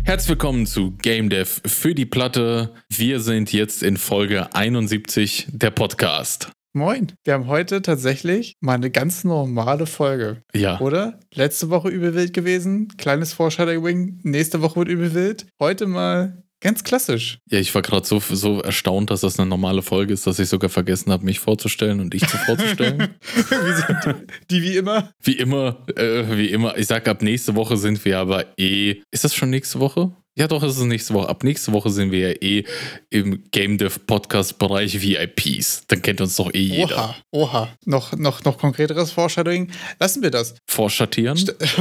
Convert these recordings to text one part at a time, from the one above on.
Herzlich willkommen zu Game Dev für die Platte. Wir sind jetzt in Folge 71 der Podcast. Moin, wir haben heute tatsächlich mal eine ganz normale Folge. Ja. Oder? Letzte Woche übelwild gewesen, kleines Foreshadowing, nächste Woche wird übelwild. Heute mal ganz klassisch. Ja, ich war gerade so erstaunt, dass das eine normale Folge ist, dass ich sogar vergessen habe, mich vorzustellen und dich vorzustellen. Die wie immer? Wie immer. Ich sag, ab nächste Woche sind wir aber Ist das schon nächste Woche? Ja, doch, es ist nächste Woche. Ab nächste Woche sind wir ja im Game Dev Podcast Bereich VIPs. Dann kennt uns doch jeder. Oha. Noch konkreteres Foreshadowing. Lassen wir das. Vorschattieren?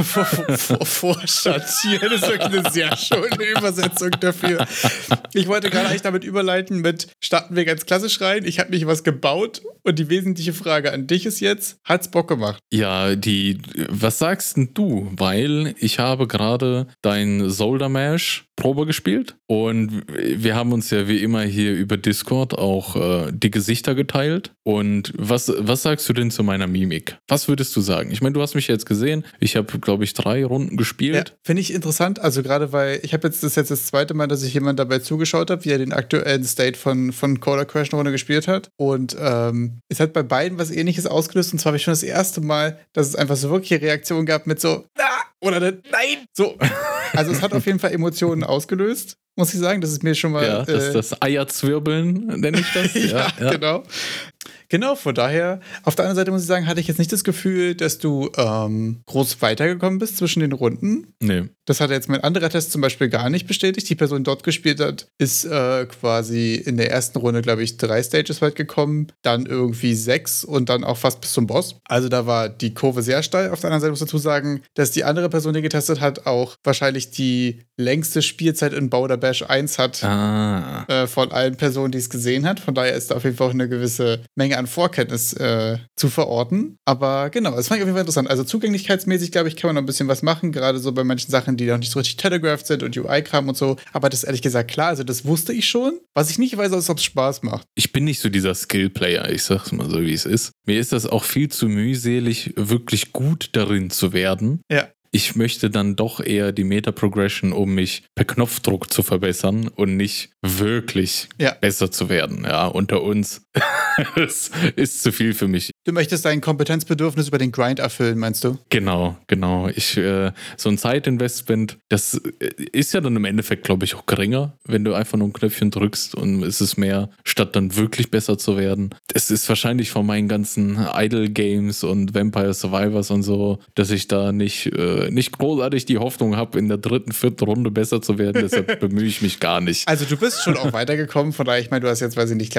Vorschattieren ist wirklich eine sehr schöne Übersetzung dafür. Ich wollte gerade eigentlich damit überleiten mit, starten wir ganz klassisch rein. Ich habe mich was gebaut und die wesentliche Frage an dich ist jetzt, hat's Bock gemacht? Ja, was sagst denn du? Weil ich habe gerade dein Solder Mash Probe gespielt und wir haben uns ja wie immer hier über Discord auch die Gesichter geteilt. Und was sagst du denn zu meiner Mimik? Was würdest du sagen? Ich meine, du hast mich jetzt gesehen. Ich habe, glaube ich, 3 Runden gespielt. Ja, finde ich interessant. Also gerade, weil ich habe jetzt das zweite Mal, dass ich jemand dabei zugeschaut habe, wie er den aktuellen State von Coder Crash eine Runde gespielt hat. Und es hat bei beiden was Ähnliches ausgelöst. Und zwar habe ich schon das erste Mal, dass es einfach so wirkliche Reaktionen gab mit so, oder nein, so. Also es hat auf jeden Fall Emotionen ausgelöst, muss ich sagen. Das ist mir schon mal... Ja, das Eierzwirbeln, nenne ich das. ja, genau. Genau, von daher, auf der anderen Seite muss ich sagen, hatte ich jetzt nicht das Gefühl, dass du groß weitergekommen bist zwischen den Runden. Nee. Das hat jetzt mein anderer Test zum Beispiel gar nicht bestätigt. Die Person, die dort gespielt hat, ist quasi in der ersten Runde, glaube ich, 3 Stages weit gekommen, dann irgendwie 6 und dann auch fast bis zum Boss. Also da war die Kurve sehr steil. Auf der anderen Seite muss ich dazu sagen, dass die andere Person, die getestet hat, auch wahrscheinlich die längste Spielzeit in Boulder Bash 1 hat von allen Personen, die es gesehen hat. Von daher ist da auf jeden Fall auch eine gewisse Menge an Vorkenntnis zu verorten. Aber genau, das fand ich auf jeden Fall interessant. Also zugänglichkeitsmäßig, glaube ich, kann man noch ein bisschen was machen, gerade so bei manchen Sachen, die noch nicht so richtig telegraphed sind und UI-Kram und so. Aber das ist ehrlich gesagt klar, also das wusste ich schon. Was ich nicht weiß, ist, ob es Spaß macht. Ich bin nicht so dieser Skill-Player, ich sag's mal so, wie es ist. Mir ist das auch viel zu mühselig, wirklich gut darin zu werden. Ja. Ich möchte dann doch eher die Meta-Progression, um mich per Knopfdruck zu verbessern und nicht wirklich besser zu werden. Ja, unter uns. Es ist zu viel für mich. Du möchtest dein Kompetenzbedürfnis über den Grind erfüllen, meinst du? Genau. So ein Zeitinvestment, das ist ja dann im Endeffekt, glaube ich, auch geringer, wenn du einfach nur ein Knöpfchen drückst und es ist mehr, statt dann wirklich besser zu werden. Es ist wahrscheinlich von meinen ganzen Idle-Games und Vampire Survivors und so, dass ich da nicht großartig die Hoffnung habe, in der 3., 4. Runde besser zu werden. Deshalb bemühe ich mich gar nicht. Also du bist schon auch weitergekommen, von daher, ich meine, du hast jetzt, weiß ich nicht,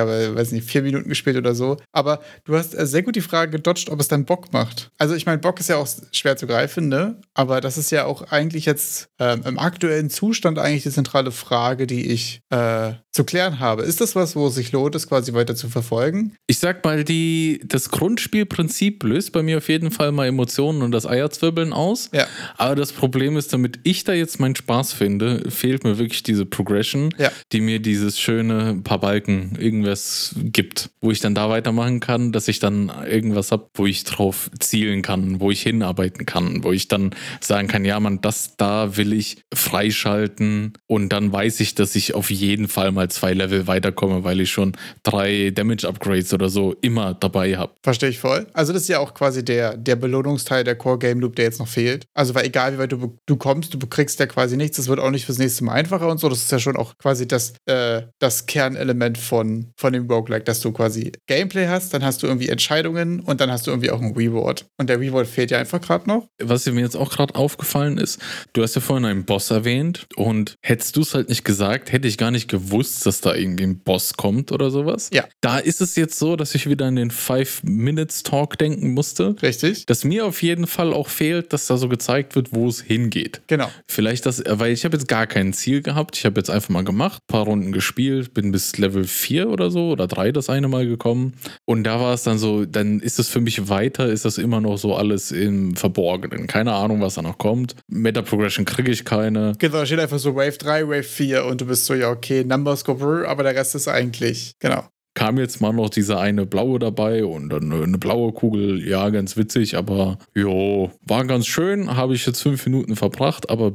4 Minuten gespielt oder so, aber du hast sehr gut die Frage gedodged, ob es dann Bock macht. Also ich meine, Bock ist ja auch schwer zu greifen, ne? Aber das ist ja auch eigentlich jetzt im aktuellen Zustand eigentlich die zentrale Frage, die ich zu klären habe. Ist das was, wo es sich lohnt, es quasi weiter zu verfolgen? Ich sag mal, das Grundspielprinzip löst bei mir auf jeden Fall mal Emotionen und das Eierzwirbeln aus. Ja. Aber das Problem ist, damit ich da jetzt meinen Spaß finde, fehlt mir wirklich diese Progression, die mir dieses schöne paar Balken irgendwas gibt, wo ich dann da weitermachen kann, dass ich dann irgendwas habe, wo ich drauf zielen kann, wo ich hinarbeiten kann, wo ich dann sagen kann, ja Mann, das da will ich freischalten und dann weiß ich, dass ich auf jeden Fall mal 2 Level weiterkomme, weil ich schon 3 Damage-Upgrades oder so immer dabei habe. Verstehe ich voll. Also das ist ja auch quasi der Belohnungsteil der Core-Game-Loop, der jetzt noch fehlt. Also weil egal wie weit du kommst, du bekriegst ja quasi nichts, das wird auch nicht fürs nächste Mal einfacher und so. Das ist ja schon auch quasi das Kernelement von dem Roguelike, dass du quasi Gameplay hast, dann hast du irgendwie Entscheidungen und dann hast du irgendwie auch einen Reward. Und der Reward fehlt ja einfach gerade noch. Was mir jetzt auch gerade aufgefallen ist, du hast ja vorhin einen Boss erwähnt und hättest du es halt nicht gesagt, hätte ich gar nicht gewusst, dass da irgendwie ein Boss kommt oder sowas. Ja. Da ist es jetzt so, dass ich wieder an den 5-Minutes-Talk denken musste. Richtig. Dass mir auf jeden Fall auch fehlt, dass da so gezeigt wird, wo es hingeht. Genau. Vielleicht weil ich habe jetzt gar kein Ziel gehabt. Ich habe jetzt einfach mal gemacht, ein paar Runden gespielt, bin bis Level 4 oder so oder 3 das eine Mal gekommen. Und da war es dann so, dann ist es für mich weiter, ist das immer noch so alles im Verborgenen. Keine Ahnung, was da noch kommt. Meta-Progression kriege ich keine. Genau, da steht einfach so Wave 3, Wave 4 und du bist so, ja okay, Numbers go brr, aber der Rest ist eigentlich, genau. kam jetzt mal noch diese eine blaue dabei und dann eine blaue Kugel, ja, ganz witzig, aber jo, war ganz schön, habe ich jetzt 5 Minuten verbracht, aber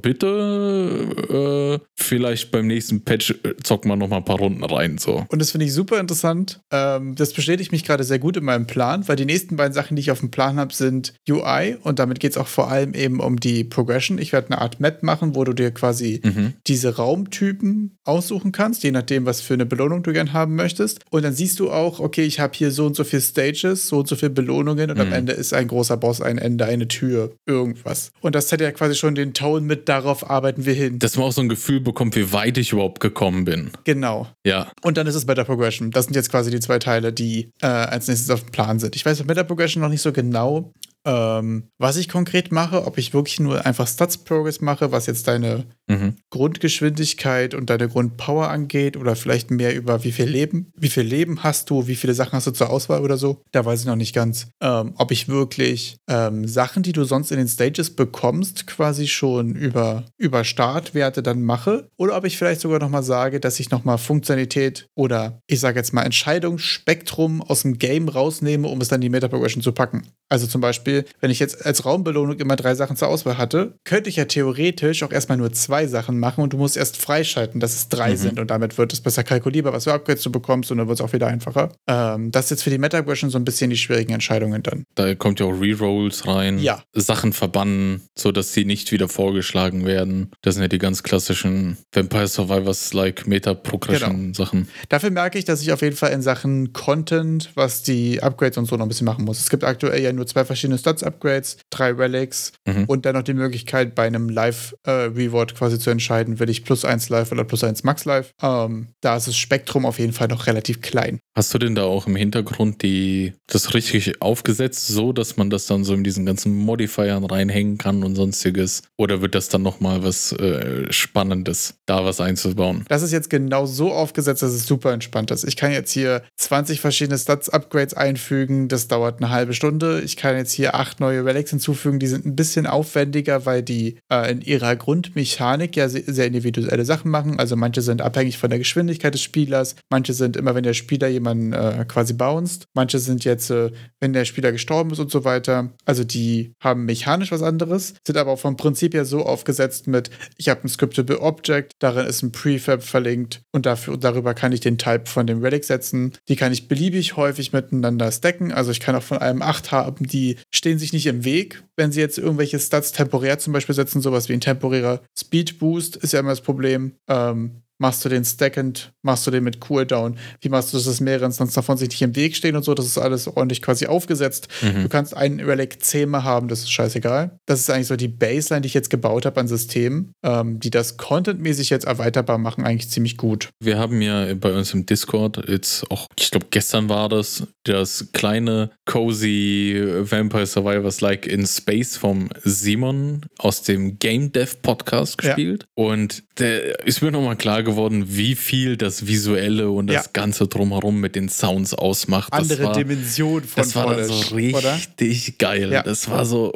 bitte vielleicht beim nächsten Patch zocken wir noch mal ein paar Runden rein, so. Und das finde ich super interessant. Das bestätigt mich gerade sehr gut in meinem Plan, weil die nächsten beiden Sachen, die ich auf dem Plan habe, sind UI und damit geht es auch vor allem eben um die Progression. Ich werde eine Art Map machen, wo du dir quasi diese Raumtypen aussuchen kannst, je nachdem, was für eine Belohnung du gern haben möchtest. Und dann siehst du auch, okay, ich habe hier so und so viele Stages, so und so viele Belohnungen und am Ende ist ein großer Boss, ein Ende, eine Tür, irgendwas. Und das hat ja quasi schon den Tone mit, darauf arbeiten wir hin. Dass man auch so ein Gefühl bekommt, wie weit ich überhaupt gekommen bin. Genau. Ja. Und dann ist es Meta Progression. Das sind jetzt quasi die 2 Teile, die als nächstes auf dem Plan sind. Ich weiß bei Meta Progression noch nicht so genau, was ich konkret mache, ob ich wirklich nur einfach Stats Progress mache, was jetzt deine Grundgeschwindigkeit und deine Grundpower angeht oder vielleicht mehr über wie viel Leben hast du, wie viele Sachen hast du zur Auswahl oder so. Da weiß ich noch nicht ganz, ob ich wirklich Sachen, die du sonst in den Stages bekommst, quasi schon über Startwerte dann mache oder ob ich vielleicht sogar nochmal sage, dass ich nochmal Funktionalität oder ich sage jetzt mal Entscheidungsspektrum aus dem Game rausnehme, um es dann in die Meta Progression zu packen. Also zum Beispiel, wenn ich jetzt als Raumbelohnung immer 3 Sachen zur Auswahl hatte, könnte ich ja theoretisch auch erstmal nur 2 Sachen machen und du musst erst freischalten, dass es 3 sind und damit wird es besser kalkulierbar, was für Upgrades du bekommst und dann wird es auch wieder einfacher. Das ist jetzt für die Meta-Progression so ein bisschen die schwierigen Entscheidungen dann. Da kommt ja auch Rerolls rein, ja. Sachen verbannen, sodass sie nicht wieder vorgeschlagen werden. Das sind ja die ganz klassischen Vampire Survivors-like Meta-Progression-Sachen. Dafür merke ich, dass ich auf jeden Fall in Sachen Content, was die Upgrades und so noch ein bisschen machen muss. Es gibt aktuell ja nur 2 verschiedene Stats-Upgrades, 3 Relics und dann noch die Möglichkeit, bei einem Live-Reward quasi zu entscheiden, will ich +1 Live oder +1 Max Live. Da ist das Spektrum auf jeden Fall noch relativ klein. Hast du denn da auch im Hintergrund das richtig aufgesetzt, so dass man das dann so in diesen ganzen Modifiern reinhängen kann und sonstiges? Oder wird das dann nochmal was Spannendes, da was einzubauen? Das ist jetzt genau so aufgesetzt, dass es super entspannt ist. Ich kann jetzt hier 20 verschiedene Stats-Upgrades einfügen, das dauert eine halbe Stunde. Ich kann jetzt hier 8 neue Relics hinzufügen, die sind ein bisschen aufwendiger, weil die in ihrer Grundmechanik ja sehr individuelle Sachen machen. Also manche sind abhängig von der Geschwindigkeit des Spielers, manche sind immer, wenn der Spieler jemanden quasi bounced, manche sind jetzt, wenn der Spieler gestorben ist und so weiter. Also die haben mechanisch was anderes, sind aber auch vom Prinzip her so aufgesetzt mit, ich habe ein Scriptable Object, darin ist ein Prefab verlinkt und darüber kann ich den Type von dem Relic setzen. Die kann ich beliebig häufig miteinander stacken, also ich kann auch von allem 8 haben, die stehen sich nicht im Weg, wenn sie jetzt irgendwelche Stats temporär zum Beispiel setzen, sowas wie ein temporärer Speed Boost ist ja immer das Problem. Machst du den stackend, machst du den mit Cooldown, wie machst du das, dass mehrere Instanzen davon sich nicht im Weg stehen und so, das ist alles ordentlich quasi aufgesetzt. Du kannst einen Relic 10-mal haben, das ist scheißegal. Das ist eigentlich so die Baseline, die ich jetzt gebaut habe an Systemen, die das contentmäßig jetzt erweiterbar machen, eigentlich ziemlich gut. Wir haben ja bei uns im Discord jetzt auch, ich glaube gestern war das kleine cozy Vampire Survivors like in Space vom Simon aus dem Game Dev Podcast gespielt und der ist mir nochmal klar geworden, wie viel das Visuelle und das Ganze drumherum mit den Sounds ausmacht. Andere Dimension von das war dann so richtig geil. Ja. Das war so,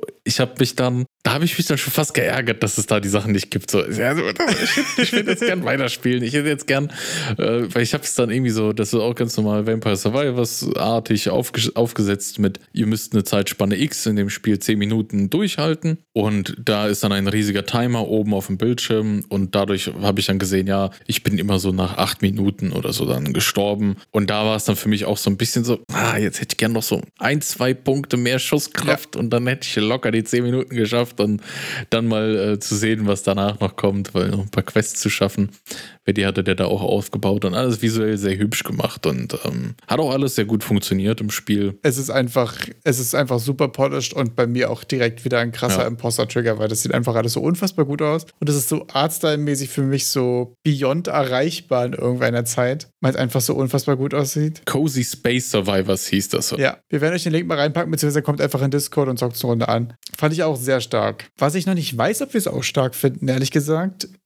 da habe ich mich dann schon fast geärgert, dass es da die Sachen nicht gibt. So, ich will jetzt gern weiterspielen. Ich hätte jetzt gern, weil ich habe es dann irgendwie so, das ist auch ganz normal Vampire Survivors-artig aufgesetzt mit, ihr müsst eine Zeitspanne X in dem Spiel 10 Minuten durchhalten und da ist dann ein riesiger Timer oben auf dem Bildschirm und dadurch habe ich dann gesehen, ja, ich bin immer so nach 8 Minuten oder so dann gestorben und da war es dann für mich auch so ein bisschen so, jetzt hätte ich gern noch so 1-2 Punkte mehr Schusskraft und dann hätte ich locker die 10 Minuten geschafft und dann mal zu sehen, was danach noch kommt, weil noch ein paar Quests zu schaffen. Die hatte der da auch aufgebaut und alles visuell sehr hübsch gemacht und hat auch alles sehr gut funktioniert im Spiel. Es ist einfach super polished und bei mir auch direkt wieder ein krasser Imposter-Trigger, weil das sieht einfach alles so unfassbar gut aus und das ist so Artstyle-mäßig für mich so beyond erreichbar in irgendeiner Zeit, weil es einfach so unfassbar gut aussieht. Cozy Space Survivors hieß das so. Ja, wir werden euch den Link mal reinpacken, beziehungsweise kommt einfach in Discord und zockt eine Runde an. Fand ich auch sehr stark. Was ich noch nicht weiß, ob wir es auch stark finden, ehrlich gesagt,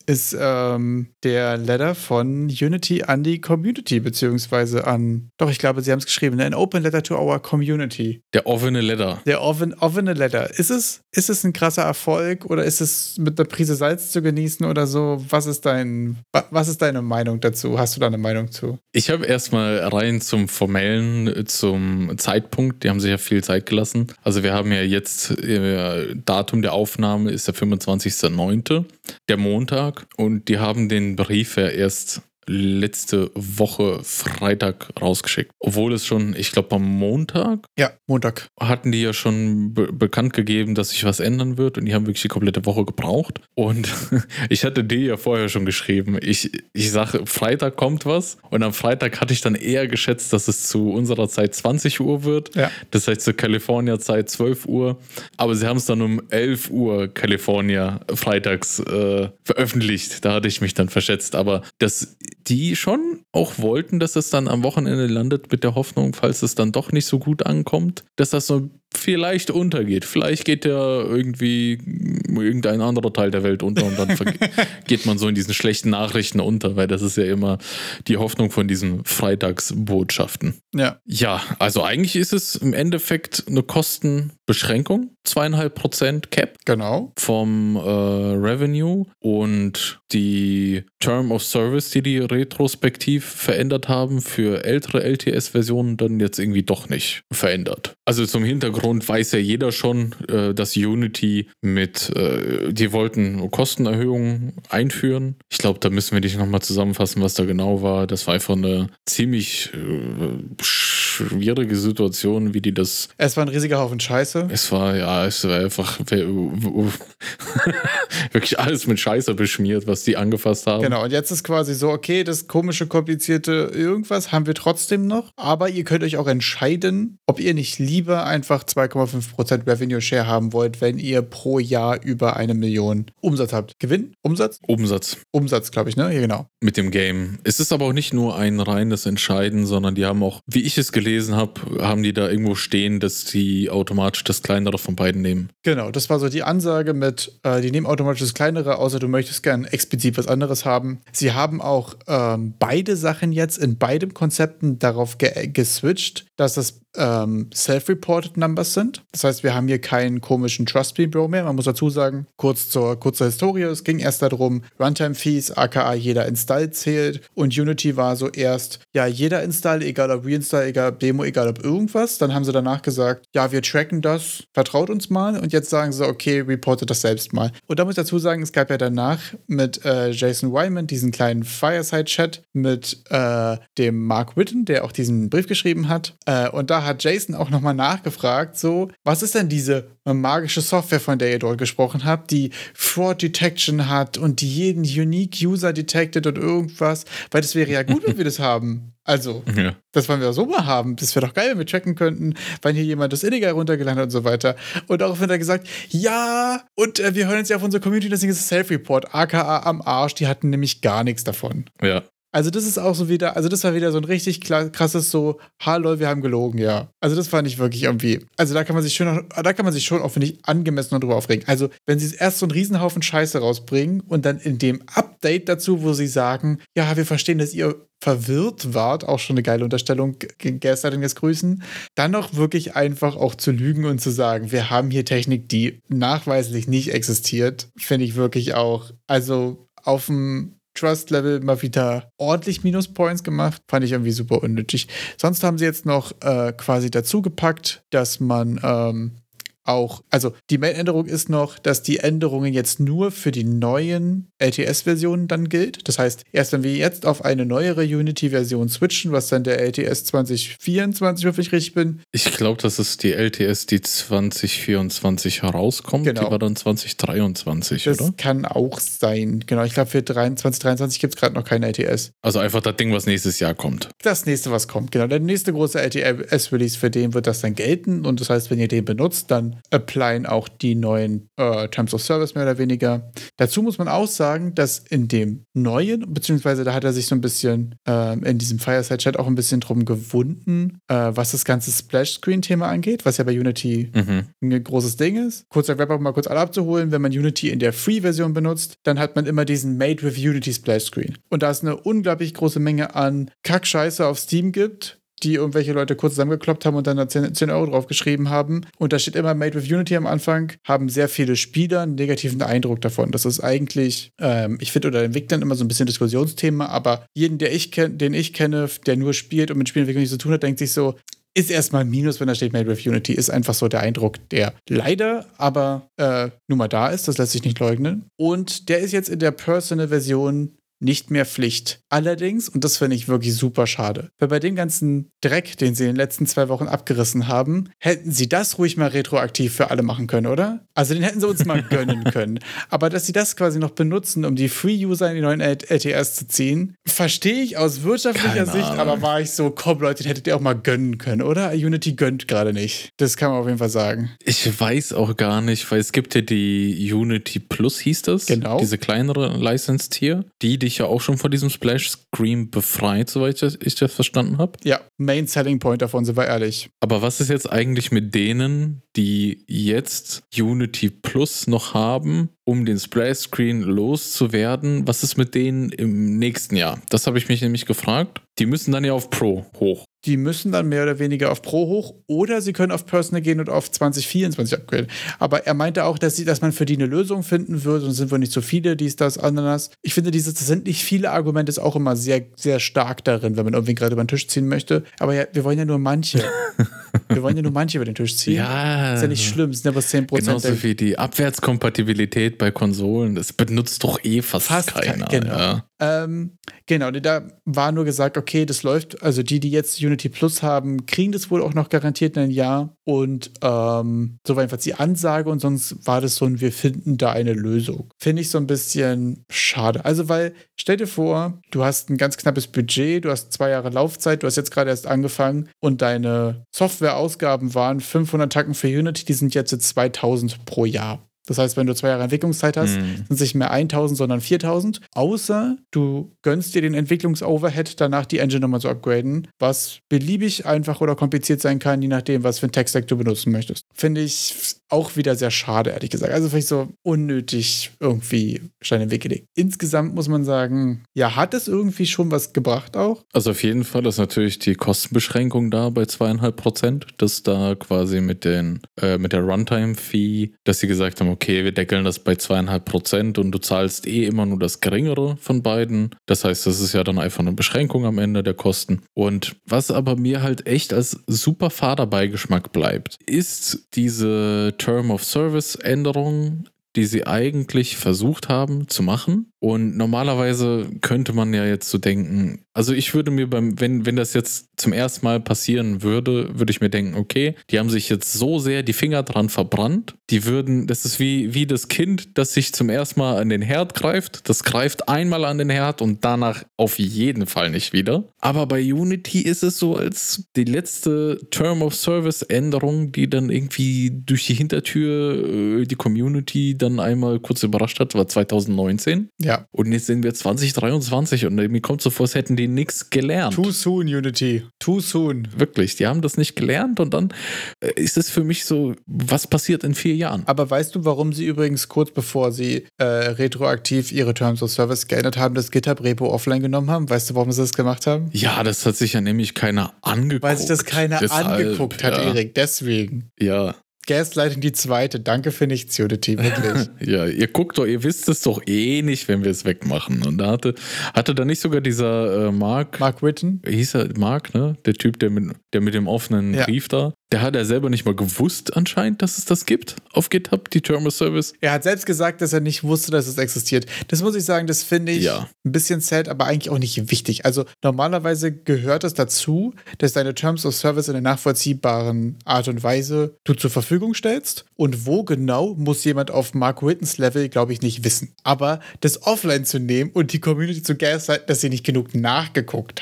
ist der Letter von Unity an die Community, beziehungsweise doch, ich glaube, sie haben es geschrieben, an Open Letter to our Community. Der offene Letter. Der offene Letter. Ist es ein krasser Erfolg oder ist es mit einer Prise Salz zu genießen oder so? Was ist deine Meinung dazu? Hast du da eine Meinung zu? Ich habe erstmal rein zum zum Zeitpunkt, die haben sich ja viel Zeit gelassen. Also wir haben ja jetzt, Datum der Aufnahme ist der 25.09., der Montag, und die haben den Brief ja erst letzte Woche Freitag rausgeschickt. Obwohl es schon, ich glaube am Montag. Ja, Montag. Hatten die ja schon bekannt gegeben, dass sich was ändern wird, und die haben wirklich die komplette Woche gebraucht. Und ich hatte dir ja vorher schon geschrieben, ich sage, Freitag kommt was, und am Freitag hatte ich dann eher geschätzt, dass es zu unserer Zeit 20 Uhr wird. Ja. Das heißt zu California-Zeit 12 Uhr. Aber sie haben es dann um 11 Uhr California freitags veröffentlicht. Da hatte ich mich dann verschätzt. Aber dass die schon auch wollten, dass es dann am Wochenende landet, mit der Hoffnung, falls es dann doch nicht so gut ankommt, dass das so vielleicht untergeht. Vielleicht geht ja irgendwie irgendein anderer Teil der Welt unter, und dann geht man so in diesen schlechten Nachrichten unter, weil das ist ja immer die Hoffnung von diesen Freitagsbotschaften. Ja. Ja, also eigentlich ist es im Endeffekt eine Kostenbeschränkung. 2,5% Cap. Genau. Vom Revenue, und die Term of Service, die retrospektiv verändert haben für ältere LTS-Versionen, dann jetzt irgendwie doch nicht verändert. Also zum Hintergrund weiß ja jeder schon, dass Unity die wollten Kostenerhöhungen einführen. Ich glaube, da müssen wir nicht nochmal zusammenfassen, was da genau war. Das war einfach eine ziemlich schwierige Situation, wie die das... Es war ein riesiger Haufen Scheiße. Es war einfach wirklich alles mit Scheiße beschmiert, was die angefasst haben. Genau, und jetzt ist quasi so, okay, das komische, komplizierte irgendwas haben wir trotzdem noch, aber ihr könnt euch auch entscheiden, ob ihr nicht lieber einfach 2,5% Revenue Share haben wollt, wenn ihr pro Jahr über 1 Million Umsatz habt. Gewinn? Umsatz? Umsatz, glaube ich, ne? Ja, genau. Mit dem Game. Es ist aber auch nicht nur ein reines Entscheiden, sondern die haben auch, wie ich es gelesen habe, haben die da irgendwo stehen, dass die automatisch das Kleinere von beiden nehmen. Genau, das war so die Ansage mit, die nehmen automatisch das Kleinere, außer du möchtest gern explizit was anderes haben. Sie haben auch beide Sachen jetzt in beiden Konzepten darauf geswitcht, dass das self-reported Numbers sind. Das heißt, wir haben hier keinen komischen Trust Me Bro mehr. Man muss dazu sagen, kurzer Historie, es ging erst darum, Runtime-Fees, aka jeder Install zählt, und Unity war so erst, ja, jeder Install, egal ob Reinstall, egal ob Demo, egal ob irgendwas. Dann haben sie danach gesagt, ja, wir tracken das, vertraut uns mal, und jetzt sagen sie, okay, reportet das selbst mal. Und da muss ich dazu sagen, es gab ja danach mit Jason Wyman diesen kleinen Fireside-Chat mit dem Mark Whitten, der auch diesen Brief geschrieben hat, und da hat Jason auch nochmal nachgefragt, so, was ist denn diese magische Software, von der ihr dort gesprochen habt, die Fraud Detection hat und die jeden Unique User detected und irgendwas, weil das wäre ja gut, wenn wir das haben. Also, ja. Das wollen wir auch so mal haben. Das wäre doch geil, wenn wir tracken könnten, wenn hier jemand das illegal runtergeladen hat und so weiter. Und daraufhin hat er gesagt, ja, und wir hören jetzt ja auf unsere Community, deswegen ist es Self-Report, aka am Arsch, die hatten nämlich gar nichts davon. Ja. Also das ist auch so wieder, also das war wieder so ein richtig krasses so, hallo, wir haben gelogen, ja. Also das fand ich wirklich irgendwie, also da kann man sich schon auch, finde ich, angemessen drüber aufregen. Also wenn sie erst so einen Riesenhaufen Scheiße rausbringen und dann in dem Update dazu, wo sie sagen, ja, wir verstehen, dass ihr verwirrt wart, auch schon eine geile Unterstellung, Gaslighting grüßen, dann noch wirklich einfach auch zu lügen und zu sagen, wir haben hier Technik, die nachweislich nicht existiert, finde ich wirklich auch, also auf dem Trust-Level mal wieder ordentlich Minuspoints gemacht. Fand ich irgendwie super unnötig. Sonst haben sie jetzt noch quasi dazu gepackt, dass man auch, also die Main-Änderung ist noch, dass die Änderungen jetzt nur für die neuen LTS-Versionen dann gilt. Das heißt, erst wenn wir jetzt auf eine neuere Unity-Version switchen, was dann der LTS 2024, wenn ich richtig bin. Ich glaube, das ist die LTS, die 2024 herauskommt. Genau. Die war dann 2023, das oder? Das kann auch sein. Genau, ich glaube, für 2023 gibt es gerade noch keine LTS. Also einfach das Ding, was nächstes Jahr kommt. Das nächste, was kommt, genau. Der nächste große LTS-Release, für den wird das dann gelten. Und das heißt, wenn ihr den benutzt, dann dann applyen auch die neuen Terms of Service mehr oder weniger. Dazu muss man auch sagen, dass in dem neuen, beziehungsweise da hat er sich so ein bisschen in diesem Fireside-Chat auch ein bisschen drum gewunden, was das ganze Splash-Screen-Thema angeht, was ja bei Unity ein großes Ding ist. Kurzer Wrap-up, mal kurz alle abzuholen. Wenn man Unity in der Free-Version benutzt, dann hat man immer diesen Made with Unity Splash-Screen. Und da es eine unglaublich große Menge an Kackscheiße auf Steam gibt, die irgendwelche Leute kurz zusammengekloppt haben und dann da 10 Euro drauf geschrieben haben. Und da steht immer Made with Unity am Anfang, haben sehr viele Spieler einen negativen Eindruck davon. Das ist eigentlich, ich finde, unter Entwicklern immer so ein bisschen Diskussionsthema, aber jeden, den ich kenne, der nur spielt und mit Spielentwicklung nichts zu tun hat, denkt sich so, ist erstmal ein Minus, wenn da steht Made with Unity. Ist einfach so der Eindruck, der leider aber nun mal da ist. Das lässt sich nicht leugnen. Und der ist jetzt in der Personal-Version nicht mehr Pflicht. Allerdings, und das finde ich wirklich super schade, weil bei dem ganzen Dreck, den sie in den letzten 2 Wochen abgerissen haben, hätten sie das ruhig mal retroaktiv für alle machen können, oder? Also den hätten sie uns mal gönnen können. Aber dass sie das quasi noch benutzen, um die Free-User in die neuen LTS zu ziehen, verstehe ich aus wirtschaftlicher Sicht, aber war ich so, komm Leute, den hättet ihr auch mal gönnen können, oder? Unity gönnt gerade nicht. Das kann man auf jeden Fall sagen. Ich weiß auch gar nicht, weil es gibt ja die Unity Plus, hieß das. Genau. Diese kleinere License-Tier, die dich ja auch schon von diesem Splash-Screen befreit, soweit ich das verstanden habe. Ja, Main Selling Point davon, sind wir ehrlich. Aber was ist jetzt eigentlich mit denen, die jetzt Unity Plus noch haben, um den Splash-Screen loszuwerden? Was ist mit denen im nächsten Jahr? Das habe ich mich nämlich gefragt. Die müssen dann ja auf Pro hoch. Die müssen dann mehr oder weniger auf Pro hoch oder sie können auf Personal gehen und auf 2024 upgraden. Aber er meinte auch, dass man für die eine Lösung finden wird und es sind wohl nicht so viele, dies, das, Ananas. Ich finde, das sind nicht viele Argumente, ist auch immer sehr, sehr stark darin, wenn man irgendwie gerade über den Tisch ziehen möchte. Aber ja, wir wollen ja nur manche. Wir wollen ja nur manche über den Tisch ziehen. Ja. Ist ja nicht schlimm, es sind aber 10%. Genauso wie die Abwärtskompatibilität bei Konsolen. Das benutzt doch fast keiner. Genau. Ja. Genau, da war nur gesagt, okay, das läuft, also die jetzt Unity Plus haben, kriegen das wohl auch noch garantiert in ein Jahr und so war jedenfalls die Ansage und sonst war das so ein, wir finden da eine Lösung. Finde ich so ein bisschen schade. Also, weil, stell dir vor, du hast ein ganz knappes Budget, du hast 2 Jahre Laufzeit, du hast jetzt gerade erst angefangen und deine Softwareausgaben waren 500 Tacken für Unity, die sind jetzt 2000 pro Jahr. Das heißt, wenn du 2 Jahre Entwicklungszeit hast, sind es nicht mehr 1000, sondern 4000. Außer du gönnst dir den Entwicklungsoverhead, danach die Engine nochmal zu upgraden, was beliebig einfach oder kompliziert sein kann, je nachdem, was für ein Tech-Stack du benutzen möchtest. Finde ich auch wieder sehr schade, ehrlich gesagt. Also finde ich so unnötig irgendwie Stein im Weg gelegt. Insgesamt muss man sagen, ja, hat es irgendwie schon was gebracht auch? Also auf jeden Fall ist natürlich die Kostenbeschränkung da bei 2,5%, dass da quasi mit der Runtime-Fee, dass sie gesagt haben, okay, wir deckeln das bei 2,5% und du zahlst immer nur das Geringere von beiden. Das heißt, das ist ja dann einfach eine Beschränkung am Ende der Kosten. Und was aber mir halt echt als super fader Beigeschmack bleibt, ist diese Term of Service Änderung, die sie eigentlich versucht haben zu machen. Und normalerweise könnte man ja jetzt so denken, also ich würde mir wenn das jetzt zum ersten Mal passieren würde ich mir denken, okay, die haben sich jetzt so sehr die Finger dran verbrannt, das ist wie das Kind, das sich zum ersten Mal an den Herd greift, das greift einmal an den Herd und danach auf jeden Fall nicht wieder. Aber bei Unity ist es so, als die letzte Term of Service Änderung, die dann irgendwie durch die Hintertür die Community dann einmal kurz überrascht hat, war 2019. Ja. Und jetzt sind wir 2023 und mir kommt so vor, als hätten die nichts gelernt. Too soon, Unity. Too soon. Wirklich, die haben das nicht gelernt und dann ist es für mich so, was passiert in 4 Jahren? Aber weißt du, warum sie übrigens kurz bevor sie retroaktiv ihre Terms of Service geändert haben, das GitHub-Repo offline genommen haben? Weißt du, warum sie das gemacht haben? Ja, das hat sich ja nämlich keiner angeguckt. Weil sich das keiner angeguckt hat, ja. Erik, deswegen. Ja. Gaslighting die 2. Danke für nichts, Unity, wirklich. Ja, ihr guckt doch, ihr wisst es doch nicht, wenn wir es wegmachen. Und da hatte da nicht sogar dieser Mark Whitten? Hieß er Mark, ne? Der Typ, der mit dem offenen Brief da. Der hat ja selber nicht mal gewusst anscheinend, dass es das gibt auf GitHub, die Term of Service. Er hat selbst gesagt, dass er nicht wusste, dass es existiert. Das muss ich sagen, das finde ich ein bisschen sad, aber eigentlich auch nicht wichtig. Also normalerweise gehört es dazu, dass deine Terms of Service in einer nachvollziehbaren Art und Weise du zur Verfügung stellst. Und wo genau, muss jemand auf Mark Whittens Level, glaube ich, nicht wissen. Aber das offline zu nehmen und die Community zu gaslighten, dass sie nicht genug nachgeguckt hat,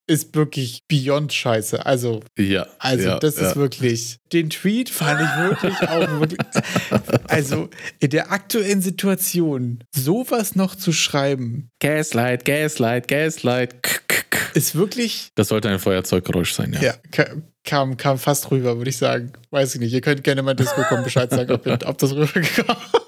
ist wirklich beyond scheiße. Also das ist wirklich, den Tweet fand ich wirklich auch wirklich, also in der aktuellen Situation sowas noch zu schreiben. Gaslight. Ist wirklich. Das sollte ein Feuerzeuggeräusch sein, ja. Ja, kam fast rüber, würde ich sagen. Weiß ich nicht. Ihr könnt gerne mal in Disco kommen, Bescheid sagen, ob das rübergekommen ist.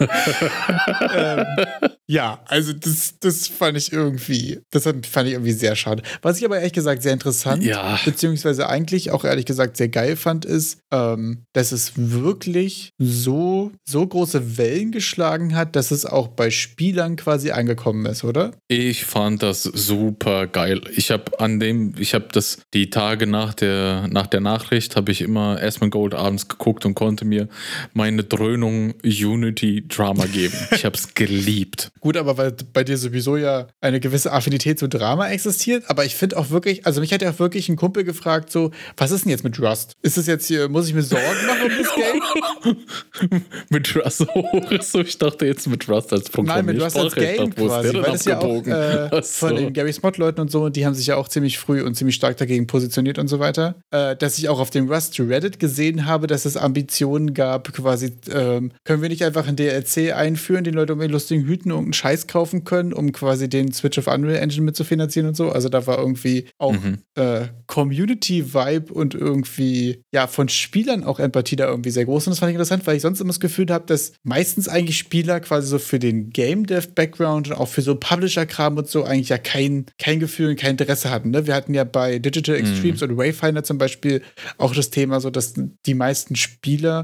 Ja, also das fand ich irgendwie sehr schade. Was ich aber ehrlich gesagt sehr interessant, beziehungsweise eigentlich auch ehrlich gesagt sehr geil fand, ist, dass es wirklich so große Wellen geschlagen hat, dass es auch bei Spielern quasi angekommen ist, oder? Ich fand das super geil. Ich habe die Tage nach der Nachricht habe ich immer Asmongold Gold abends geguckt und konnte mir meine Dröhnung Unity-Drama geben. Ich habe es geliebt. Gut, aber weil bei dir sowieso ja eine gewisse Affinität zu Drama existiert, aber ich finde auch wirklich, also mich hat ja auch wirklich ein Kumpel gefragt, so, was ist denn jetzt mit Rust? Ist es jetzt hier, muss ich mir Sorgen machen um das Game? Mit Rust so, ich dachte jetzt mit Rust als Programm. Nein, mit Rust als Game quasi, weil das ja auch von den Gary Smott-Leuten und so, die haben sich ja auch ziemlich früh und ziemlich stark dagegen positioniert und so weiter, dass ich auch auf dem Rust Reddit gesehen habe, dass es Ambitionen gab, quasi, können wir nicht einfach ein DLC einführen, den Leute um ihren lustigen Hüten irgendeinen Scheiß kaufen können, um quasi den Switch of Unreal Engine mitzufinanzieren und so. Also da war irgendwie auch Community-Vibe und irgendwie, ja, von Spielern auch Empathie da irgendwie sehr groß. Und das fand ich interessant, weil ich sonst immer das Gefühl habe, dass meistens eigentlich Spieler quasi so für den Game-Dev-Background und auch für so Publisher-Kram und so eigentlich ja kein Gefühl und kein Interesse hatten. Ne? Wir hatten ja bei Digital Extremes und Wayfinder zum Beispiel auch das Thema so, dass die meisten Spieler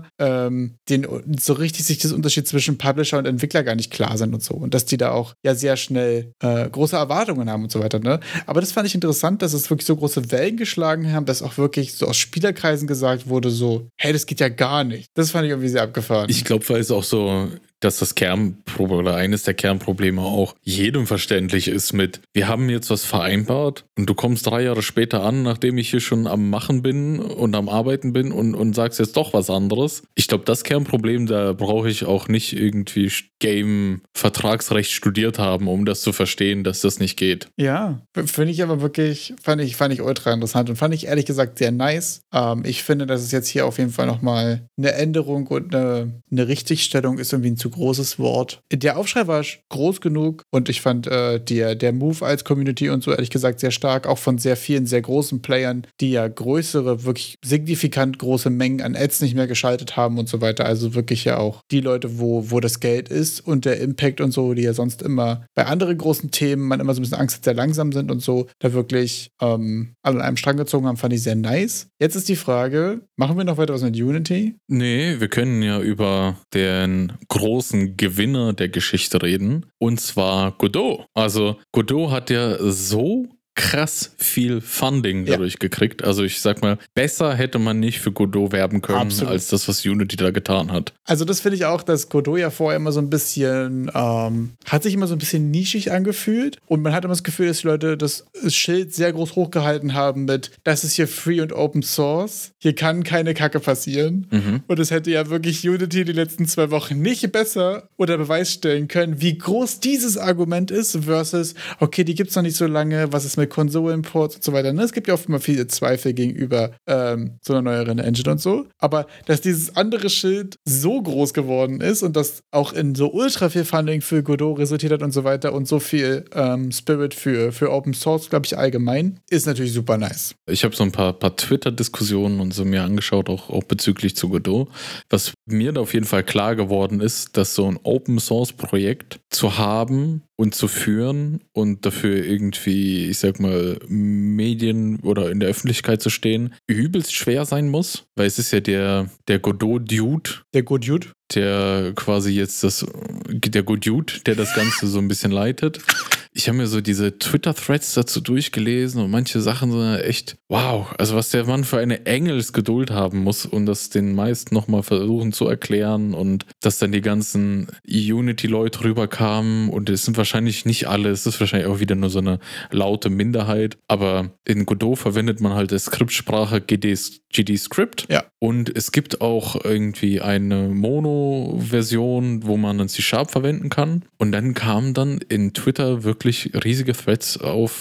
so richtig sich das Unterschied zwischen Publisher und Entwickler gar nicht klar sind und so. Und dass die da auch ja sehr schnell große Erwartungen haben und so weiter. Ne? Aber das fand ich interessant, dass es wirklich so große Wellen geschlagen haben, dass auch wirklich so aus Spielerkreisen gesagt wurde, so, hey, das geht ja gar nicht. Das fand ich irgendwie sehr abgefahren. Ich glaube, weil es auch so, dass das Kernproblem oder eines der Kernprobleme auch jedem verständlich ist mit, wir haben jetzt was vereinbart und du kommst 3 Jahre später an, nachdem ich hier schon am Machen bin und am Arbeiten bin und sagst jetzt doch was anderes. Ich glaube, das Kernproblem, da brauche ich auch nicht irgendwie Game-Vertragsrecht studiert haben, um das zu verstehen, dass das nicht geht. Ja, finde ich aber wirklich, fand ich ultra interessant und fand ich ehrlich gesagt sehr nice. Ich finde, dass es jetzt hier auf jeden Fall nochmal eine Änderung und eine Richtigstellung ist irgendwie ein zu großes Wort. Der Aufschrei war groß genug und ich fand der Move als Community und so ehrlich gesagt sehr stark, auch von sehr vielen, sehr großen Playern, die ja größere, wirklich signifikant große Mengen an Ads nicht mehr geschaltet haben und so weiter. Also wirklich ja auch die Leute, wo das Geld ist und der Impact und so, die ja sonst immer bei anderen großen Themen man immer so ein bisschen Angst hat, sehr langsam sind und so, da wirklich alle an einem Strang gezogen haben, fand ich sehr nice. Jetzt ist die Frage, machen wir noch weiter was mit Unity? Nee, wir können ja über den großen Gewinner der Geschichte reden, und zwar Godot. Also Godot hat ja so krass viel Funding dadurch gekriegt. Also ich sag mal, besser hätte man nicht für Godot werben können, als das, was Unity da getan hat. Also das finde ich auch, dass Godot ja vorher immer so ein bisschen, hat sich immer so ein bisschen nischig angefühlt und man hat immer das Gefühl, dass die Leute das Schild sehr groß hochgehalten haben mit, das ist hier Free und Open Source, hier kann keine Kacke passieren. Und es hätte ja wirklich Unity die letzten 2 Wochen nicht besser unter Beweis stellen können, wie groß dieses Argument ist versus, okay, die gibt's noch nicht so lange, was ist mit Konsolenports und so weiter. Ne? Es gibt ja oft immer viele Zweifel gegenüber so einer neueren Engine und so. Aber dass dieses andere Schild so groß geworden ist und das auch in so ultra viel Funding für Godot resultiert hat und so weiter und so viel Spirit für Open Source, glaube ich, allgemein, ist natürlich super nice. Ich habe so ein paar Twitter-Diskussionen und so mir angeschaut, auch bezüglich zu Godot. Was mir da auf jeden Fall klar geworden ist, dass so ein Open-Source-Projekt zu haben und zu führen und dafür irgendwie, ich sag mal, Medien oder in der Öffentlichkeit zu stehen, übelst schwer sein muss, weil es ist ja der Godot-Dude. Der Godot? Der quasi jetzt der Godot, der das Ganze so ein bisschen leitet. Ich habe mir so diese Twitter-Threads dazu durchgelesen und manche Sachen sind echt, wow, also was der Mann für eine Engelsgeduld haben muss und das den meisten nochmal versuchen zu erklären und dass dann die ganzen Unity-Leute rüberkamen und es sind wahrscheinlich nicht alle, es ist wahrscheinlich auch wieder nur so eine laute Minderheit, aber in Godot verwendet man halt als Skriptsprache GD-Script und es gibt auch irgendwie eine Mono-Version, wo man dann C# verwenden kann und dann kamen dann in Twitter wirklich riesige Threads auf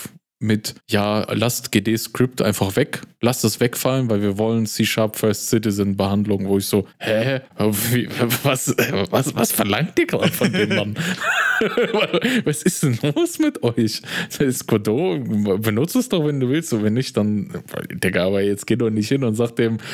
mit, ja, lasst GD-Script einfach weg, lasst es wegfallen, weil wir wollen C# First Citizen Behandlung, wo ich so, was verlangt ihr gerade von dem Mann? Was ist denn los mit euch? Das ist Godot, benutzt es doch, wenn du willst, und wenn nicht, dann, Digga, aber jetzt geh doch nicht hin und sag dem,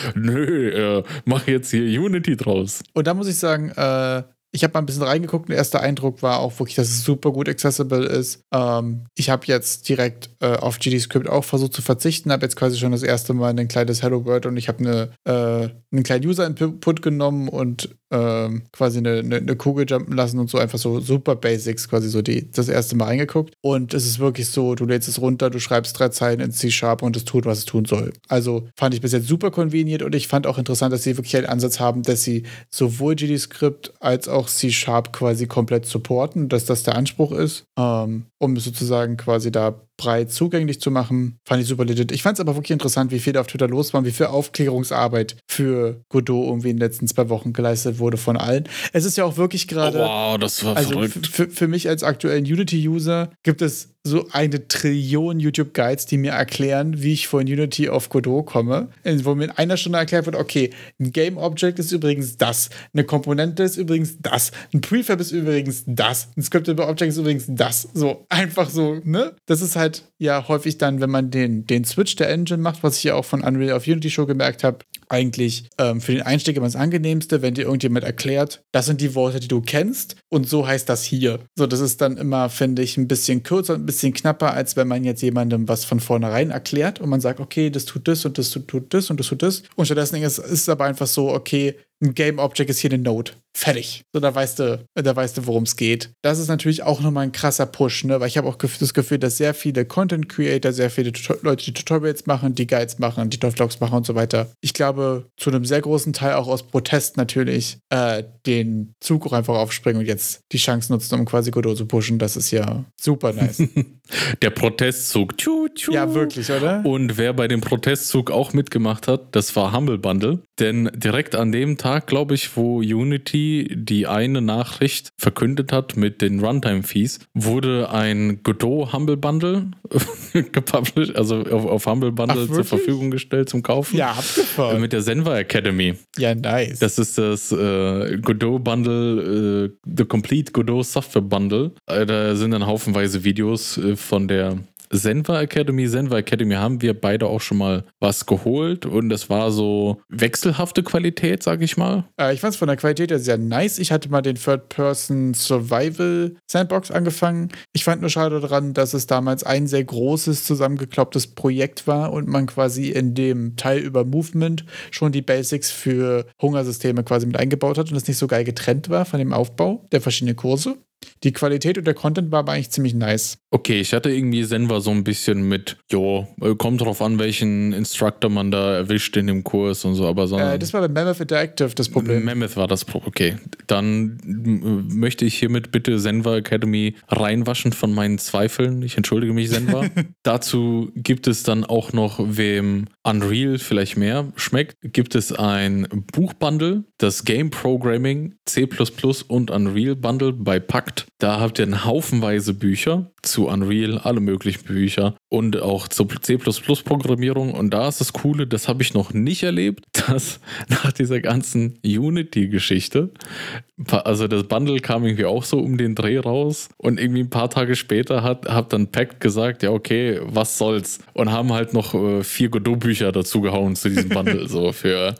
nö, mach jetzt hier Unity draus. Und da muss ich sagen, ich habe mal ein bisschen reingeguckt und der erste Eindruck war auch wirklich, dass es super gut accessible ist. Ich habe jetzt direkt auf GD-Script auch versucht zu verzichten, habe jetzt quasi schon das erste Mal ein kleines Hello World und ich habe einen kleinen User-Input genommen und quasi eine Kugel jumpen lassen und so einfach so super Basics quasi so das erste Mal reingeguckt. Und es ist wirklich so, du lädst es runter, du schreibst 3 Zeilen in C# und es tut, was es tun soll. Also fand ich bis jetzt super convenient und ich fand auch interessant, dass sie wirklich einen Ansatz haben, dass sie sowohl GD-Script als auch C# quasi komplett supporten, dass das der Anspruch ist, um sozusagen quasi da breit zugänglich zu machen. Fand ich super legit. Ich fand es aber wirklich interessant, wie viel da auf Twitter los war, wie viel Aufklärungsarbeit für Godot irgendwie in den letzten 2 Wochen geleistet wurde von allen. Es ist ja auch wirklich gerade, wow, das war verrückt. Für mich als aktuellen Unity-User gibt es so 1 Trillion YouTube-Guides, die mir erklären, wie ich von Unity auf Godot komme, wo mir in einer Stunde erklärt wird, okay, ein Game-Object ist übrigens das, eine Komponente ist übrigens das, ein Prefab ist übrigens das, ein Scriptable Object ist übrigens das. So, einfach so, ne? Das ist halt ja häufig dann, wenn man den Switch der Engine macht, was ich ja auch von Unreal auf Unity schon gemerkt habe, eigentlich für den Einstieg immer das Angenehmste, wenn dir irgendjemand erklärt, das sind die Worte, die du kennst und so heißt das hier. So, das ist dann immer, finde ich, ein bisschen kürzer und ein bisschen knapper, als wenn man jetzt jemandem was von vornherein erklärt und man sagt, okay, das tut das und das tut das und das tut das. Und stattdessen ist es aber einfach so, okay, ein Game Object ist hier eine Node. Fertig. So, da weißt du, worum es geht. Das ist natürlich auch nochmal ein krasser Push, ne? Weil ich habe auch das Gefühl, dass sehr viele Content Creator, sehr viele Leute, die Tutorials machen, die Guides machen, die Devlogs machen und so weiter. Ich glaube, zu einem sehr großen Teil auch aus Protest natürlich den Zug auch einfach aufspringen und jetzt die Chance nutzen, um quasi Godot zu pushen. Das ist ja super nice. Der Protestzug. Ja, wirklich, oder? Und wer bei dem Protestzug auch mitgemacht hat, das war Humble Bundle. Denn direkt an dem Tag, glaube ich, wo Unity die eine Nachricht verkündet hat mit den Runtime-Fees, wurde ein Godot Humble Bundle gepublished, also auf Humble Bundle zur Verfügung gestellt zum Kaufen. Ja, abgefahren. Mit der Zenva Academy. Ja, nice. Das ist das Godot Bundle, The Complete Godot Software Bundle. Da sind dann haufenweise Videos von der Zenva Academy haben wir beide auch schon mal was geholt und das war so wechselhafte Qualität, sag ich mal. Ich fand es von der Qualität her sehr nice. Ich hatte mal den Third-Person Survival Sandbox angefangen. Ich fand nur schade daran, dass es damals ein sehr großes, zusammengeklopptes Projekt war und man quasi in dem Teil über Movement schon die Basics für Hungersysteme quasi mit eingebaut hat und das nicht so geil getrennt war von dem Aufbau der verschiedenen Kurse. Die Qualität und der Content war aber eigentlich ziemlich nice. Okay, ich hatte irgendwie Zenva so ein bisschen mit, kommt drauf an, welchen Instructor man da erwischt in dem Kurs und so, aber so. Das war bei Mammoth Interactive das Problem. Mammoth war das Problem, okay. Dann möchte ich hiermit bitte Zenva Academy reinwaschen von meinen Zweifeln. Ich entschuldige mich, Zenva. Dazu gibt es dann auch noch, wem Unreal vielleicht mehr schmeckt, gibt es ein Buchbundle, das Game Programming, C++ und Unreal Bundle bei Pakt. Da habt ihr einen Haufenweise Bücher zu Unreal, alle möglichen Bücher und auch zur C++-Programmierung. Und da ist das Coole, das habe ich noch nicht erlebt, dass nach dieser ganzen Unity-Geschichte, also das Bundle kam irgendwie auch so um den Dreh raus und irgendwie ein paar Tage später hat dann Pact gesagt, ja okay, was soll's, und haben halt noch 4 Godot-Bücher dazu gehauen zu diesem Bundle. So für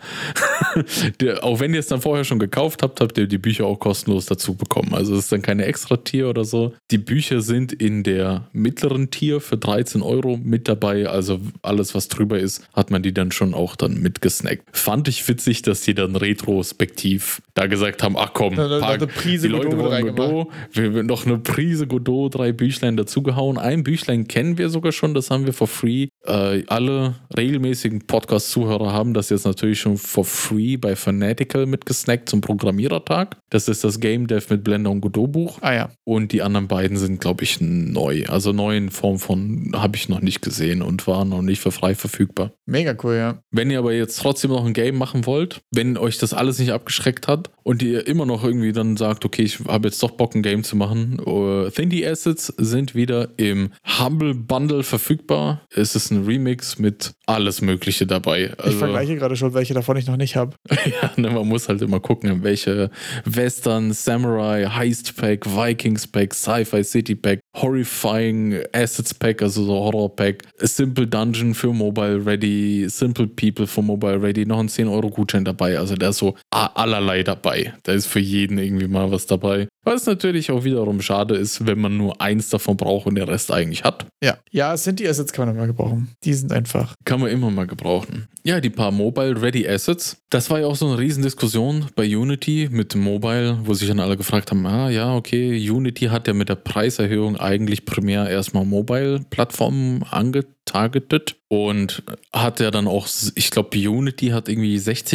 auch wenn ihr es dann vorher schon gekauft habt, habt ihr die Bücher auch kostenlos dazu bekommen. Also es ist dann keine Extra-Tier oder so. Die Bücher sind in der mittleren Tier für 13 € mit dabei. Also alles, was drüber ist, hat man die dann schon auch dann mitgesnackt. Fand ich witzig, dass die dann retrospektiv da gesagt haben, ach komm, die Leute wollen Godot, wir haben noch eine Prise Godot, 3 Büchlein dazugehauen. Ein Büchlein kennen wir sogar schon, das haben wir for free Alle regelmäßigen Podcast-Zuhörer haben das jetzt natürlich schon for free bei Fanatical mitgesnackt zum Programmierertag. Das ist das Game Dev mit Blender und Godot-Buch. Ah ja. Und die anderen beiden sind, glaube ich, neu. Also neu in Form von habe ich noch nicht gesehen und waren noch nicht für frei verfügbar. Mega cool, ja. Wenn ihr aber jetzt trotzdem noch ein Game machen wollt, wenn euch das alles nicht abgeschreckt hat und ihr immer noch irgendwie dann sagt, okay, ich habe jetzt doch Bock, ein Game zu machen, Thindy Assets sind wieder im Humble Bundle verfügbar. Es ist ein Remix mit alles Mögliche dabei. Also, ich vergleiche gerade schon, welche davon ich noch nicht habe. Ja, ne, man muss halt immer gucken, welche Western, Samurai, Heist Pack, Vikings Pack, Sci-Fi City Pack, Horrifying Assets Pack, also so Horror Pack, Simple Dungeon für Mobile Ready, Simple People für Mobile Ready, noch ein 10-Euro-Gutschein dabei. Also da ist so allerlei dabei. Da ist für jeden irgendwie mal was dabei. Was natürlich auch wiederum schade ist, wenn man nur eins davon braucht und der Rest eigentlich hat. Ja, sind die Assets kann man immer gebrauchen. Die sind einfach. Kann man immer mal gebrauchen. Ja, die paar Mobile-Ready Assets. Das war ja auch so eine Riesendiskussion bei Unity mit Mobile, wo sich dann alle gefragt haben, ja, okay, Unity hat ja mit der Preiserhöhung eigentlich primär erstmal Mobile-Plattformen angetargetet und hat ja dann auch, ich glaube, Unity hat irgendwie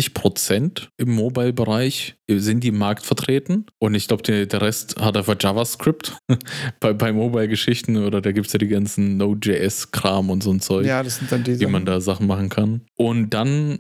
60% im Mobile-Bereich, sind die im Markt vertreten und ich glaube, der Rest hat einfach JavaScript bei Mobile-Geschichten oder da gibt es ja die ganzen Node.js-Kram und so ein Zeug, ja, das sind dann die wie man da Sachen machen kann. Und dann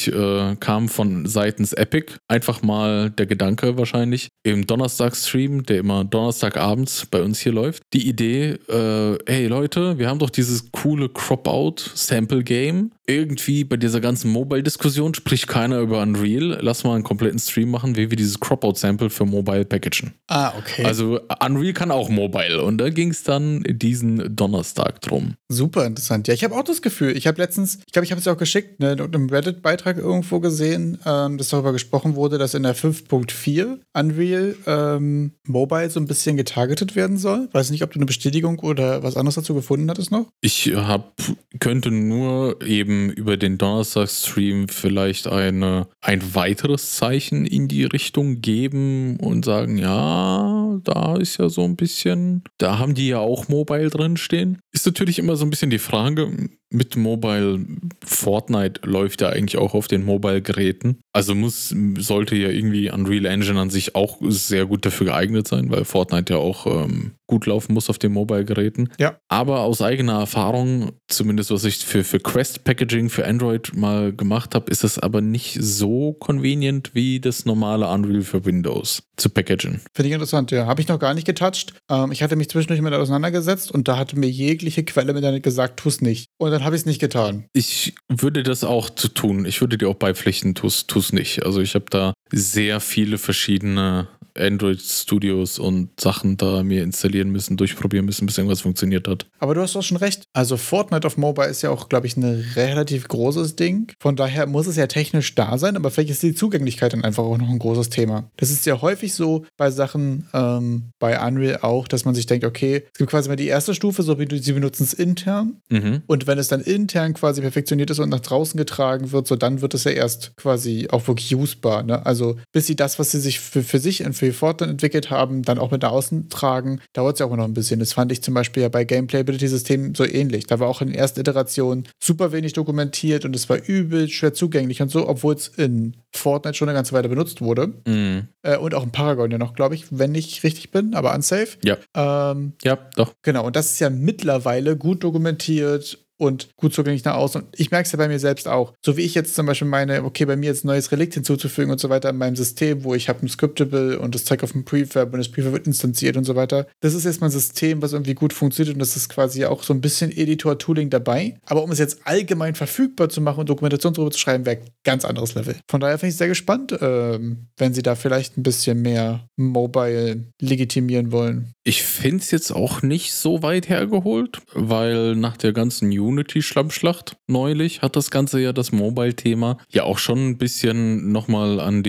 kam von seitens Epic einfach mal der Gedanke wahrscheinlich im Donnerstag-Stream, der immer Donnerstagabends bei uns hier läuft, die Idee, hey Leute, wir haben doch dieses coole Crop-Out-Sample-Game. Irgendwie bei dieser ganzen Mobile-Diskussion spricht keiner über Unreal. Lass mal einen kompletten Stream machen, wie wir dieses Crop-Out-Sample für Mobile packagen. Ah, okay. Also Unreal kann auch Mobile und da ging es dann diesen Donnerstag drum. Super interessant. Ja, ich habe auch das Gefühl, ich habe letztens, ich glaube, ich habe es ja auch geschickt, in einem Reddit-Beitrag irgendwo gesehen, dass darüber gesprochen wurde, dass in der 5.4 Unreal Mobile so ein bisschen getargetet werden soll. Weiß nicht, ob du eine Bestätigung oder was anderes dazu gefunden hattest noch? Ich könnte nur eben über den Donnerstag-Stream vielleicht ein weiteres Zeichen in die Richtung geben und sagen, ja, da ist ja so ein bisschen, da haben die ja auch Mobile drin stehen. Ist natürlich immer so ein bisschen die Frage, mit Mobile, Fortnite läuft ja eigentlich auch auf den Mobile-Geräten. Also sollte ja irgendwie Unreal Engine an sich auch sehr gut dafür geeignet sein, weil Fortnite ja auch gut laufen muss auf den Mobile-Geräten. Ja. Aber aus eigener Erfahrung, zumindest was ich für Quest-Packaging für Android mal gemacht habe, ist es aber nicht so convenient wie das normale Unreal für Windows zu packagen. Finde ich interessant, ja. Habe ich noch gar nicht getoucht. Ich hatte mich zwischendurch mit auseinandergesetzt und da hatte mir jegliche Quelle mit gesagt, tu es nicht. Und dann habe ich es nicht getan. Ich würde das auch tun. Ich würde dir auch beipflichten, tu es nicht. Also ich habe da sehr viele verschiedene Android-Studios und Sachen da mir installieren müssen, durchprobieren müssen, bis irgendwas funktioniert hat. Aber du hast auch schon recht. Also Fortnite auf Mobile ist ja auch, glaube ich, ein relativ großes Ding. Von daher muss es ja technisch da sein, aber vielleicht ist die Zugänglichkeit dann einfach auch noch ein großes Thema. Das ist ja häufig so bei Sachen, bei Unreal auch, dass man sich denkt, okay, es gibt quasi mal die erste Stufe, so wie sie benutzen es intern. Mhm. Und wenn es dann intern quasi perfektioniert ist und nach draußen getragen wird, so dann wird es ja erst quasi auch wirklich usbar. Ne? Also bis sie das, was sie sich für sich für Fortnite entwickelt haben, dann auch mit nach außen tragen, dauert es ja auch noch ein bisschen. Das fand ich zum Beispiel ja bei Gameplayability-Systemen so ähnlich. Da war auch in den ersten Iterationen super wenig dokumentiert und es war übel schwer zugänglich und so, obwohl es in Fortnite schon eine ganze Weile benutzt wurde. Mhm. Und auch in Paragon ja noch, glaube ich, wenn ich richtig bin, aber unsafe. Ja. Ja, doch. Genau, und das ist ja mittlerweile gut dokumentiert und gut zugänglich nach außen. Und ich merke es ja bei mir selbst auch. So wie ich jetzt zum Beispiel meine, okay, bei mir jetzt ein neues Relikt hinzuzufügen und so weiter in meinem System, wo ich habe ein Scriptable und das zeigt auf dem Prefab und das Prefab wird instanziert und so weiter. Das ist jetzt mal ein System, was irgendwie gut funktioniert und das ist quasi auch so ein bisschen Editor-Tooling dabei. Aber um es jetzt allgemein verfügbar zu machen und Dokumentation darüber zu schreiben, wäre ein ganz anderes Level. Von daher finde ich es sehr gespannt, wenn sie da vielleicht ein bisschen mehr Mobile legitimieren wollen. Ich finde es jetzt auch nicht so weit hergeholt, weil nach der ganzen Unity-Schlammschlacht neulich hat das Ganze ja das Mobile-Thema ja auch schon ein bisschen nochmal an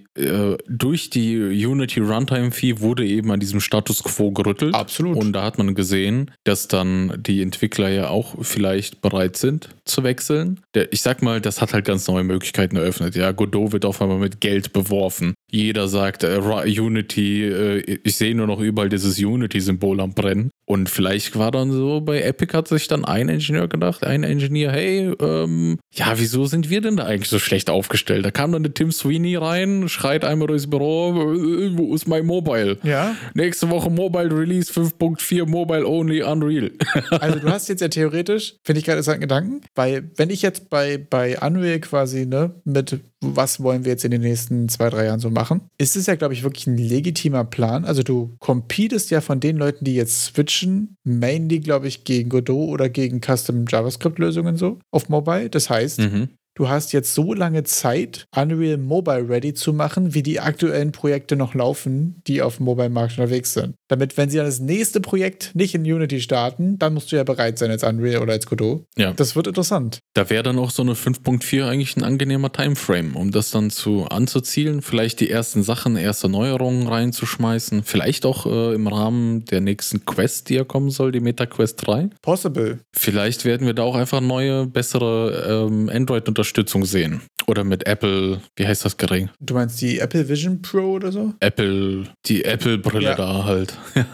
durch die Unity Runtime-Fee wurde eben an diesem Status Quo gerüttelt. Absolut. Und da hat man gesehen, dass dann die Entwickler ja auch vielleicht bereit sind zu wechseln. Ich sag mal, das hat halt ganz neue Möglichkeiten eröffnet. Ja, Godot wird auf einmal mit Geld beworfen. Jeder sagt Unity, ich sehe nur noch überall dieses Unity-Symbol am Brennen. Und vielleicht war dann so, bei Epic hat sich dann ein Ingenieur gedacht, hey, wieso sind wir denn da eigentlich so schlecht aufgestellt? Da kam dann der Tim Sweeney rein, schreit einmal durchs Büro, wo ist mein Mobile? Ja. Nächste Woche Mobile Release 5.4, Mobile Only, Unreal. Also du hast jetzt ja theoretisch, finde ich gerade einen Gedanken, weil wenn ich jetzt bei Unreal quasi, mit was wollen wir jetzt in den nächsten 2-3 Jahren so machen, ist es ja, glaube ich, wirklich ein legitimer Plan. Also du competest ja von den Leuten, die jetzt switchen, mainly, glaube ich, gegen Godot oder gegen Custom JavaScript-Lösungen so auf Mobile. Das heißt, du hast jetzt so lange Zeit, Unreal Mobile ready zu machen, wie die aktuellen Projekte noch laufen, die auf dem Mobile-Markt unterwegs sind. Damit, wenn sie dann das nächste Projekt nicht in Unity starten, dann musst du ja bereit sein als Unreal oder als Godot. Ja. Das wird interessant. Da wäre dann auch so eine 5.4 eigentlich ein angenehmer Timeframe, um das dann anzuzielen, vielleicht die erste Neuerungen reinzuschmeißen, vielleicht auch im Rahmen der nächsten Quest, die ja kommen soll, die Meta Quest 3. Possible. Vielleicht werden wir da auch einfach neue, bessere Android-Unterstützung sehen. Oder mit Apple, wie heißt das Gerät? Du meinst die Apple Vision Pro oder so? Die Apple-Brille da halt.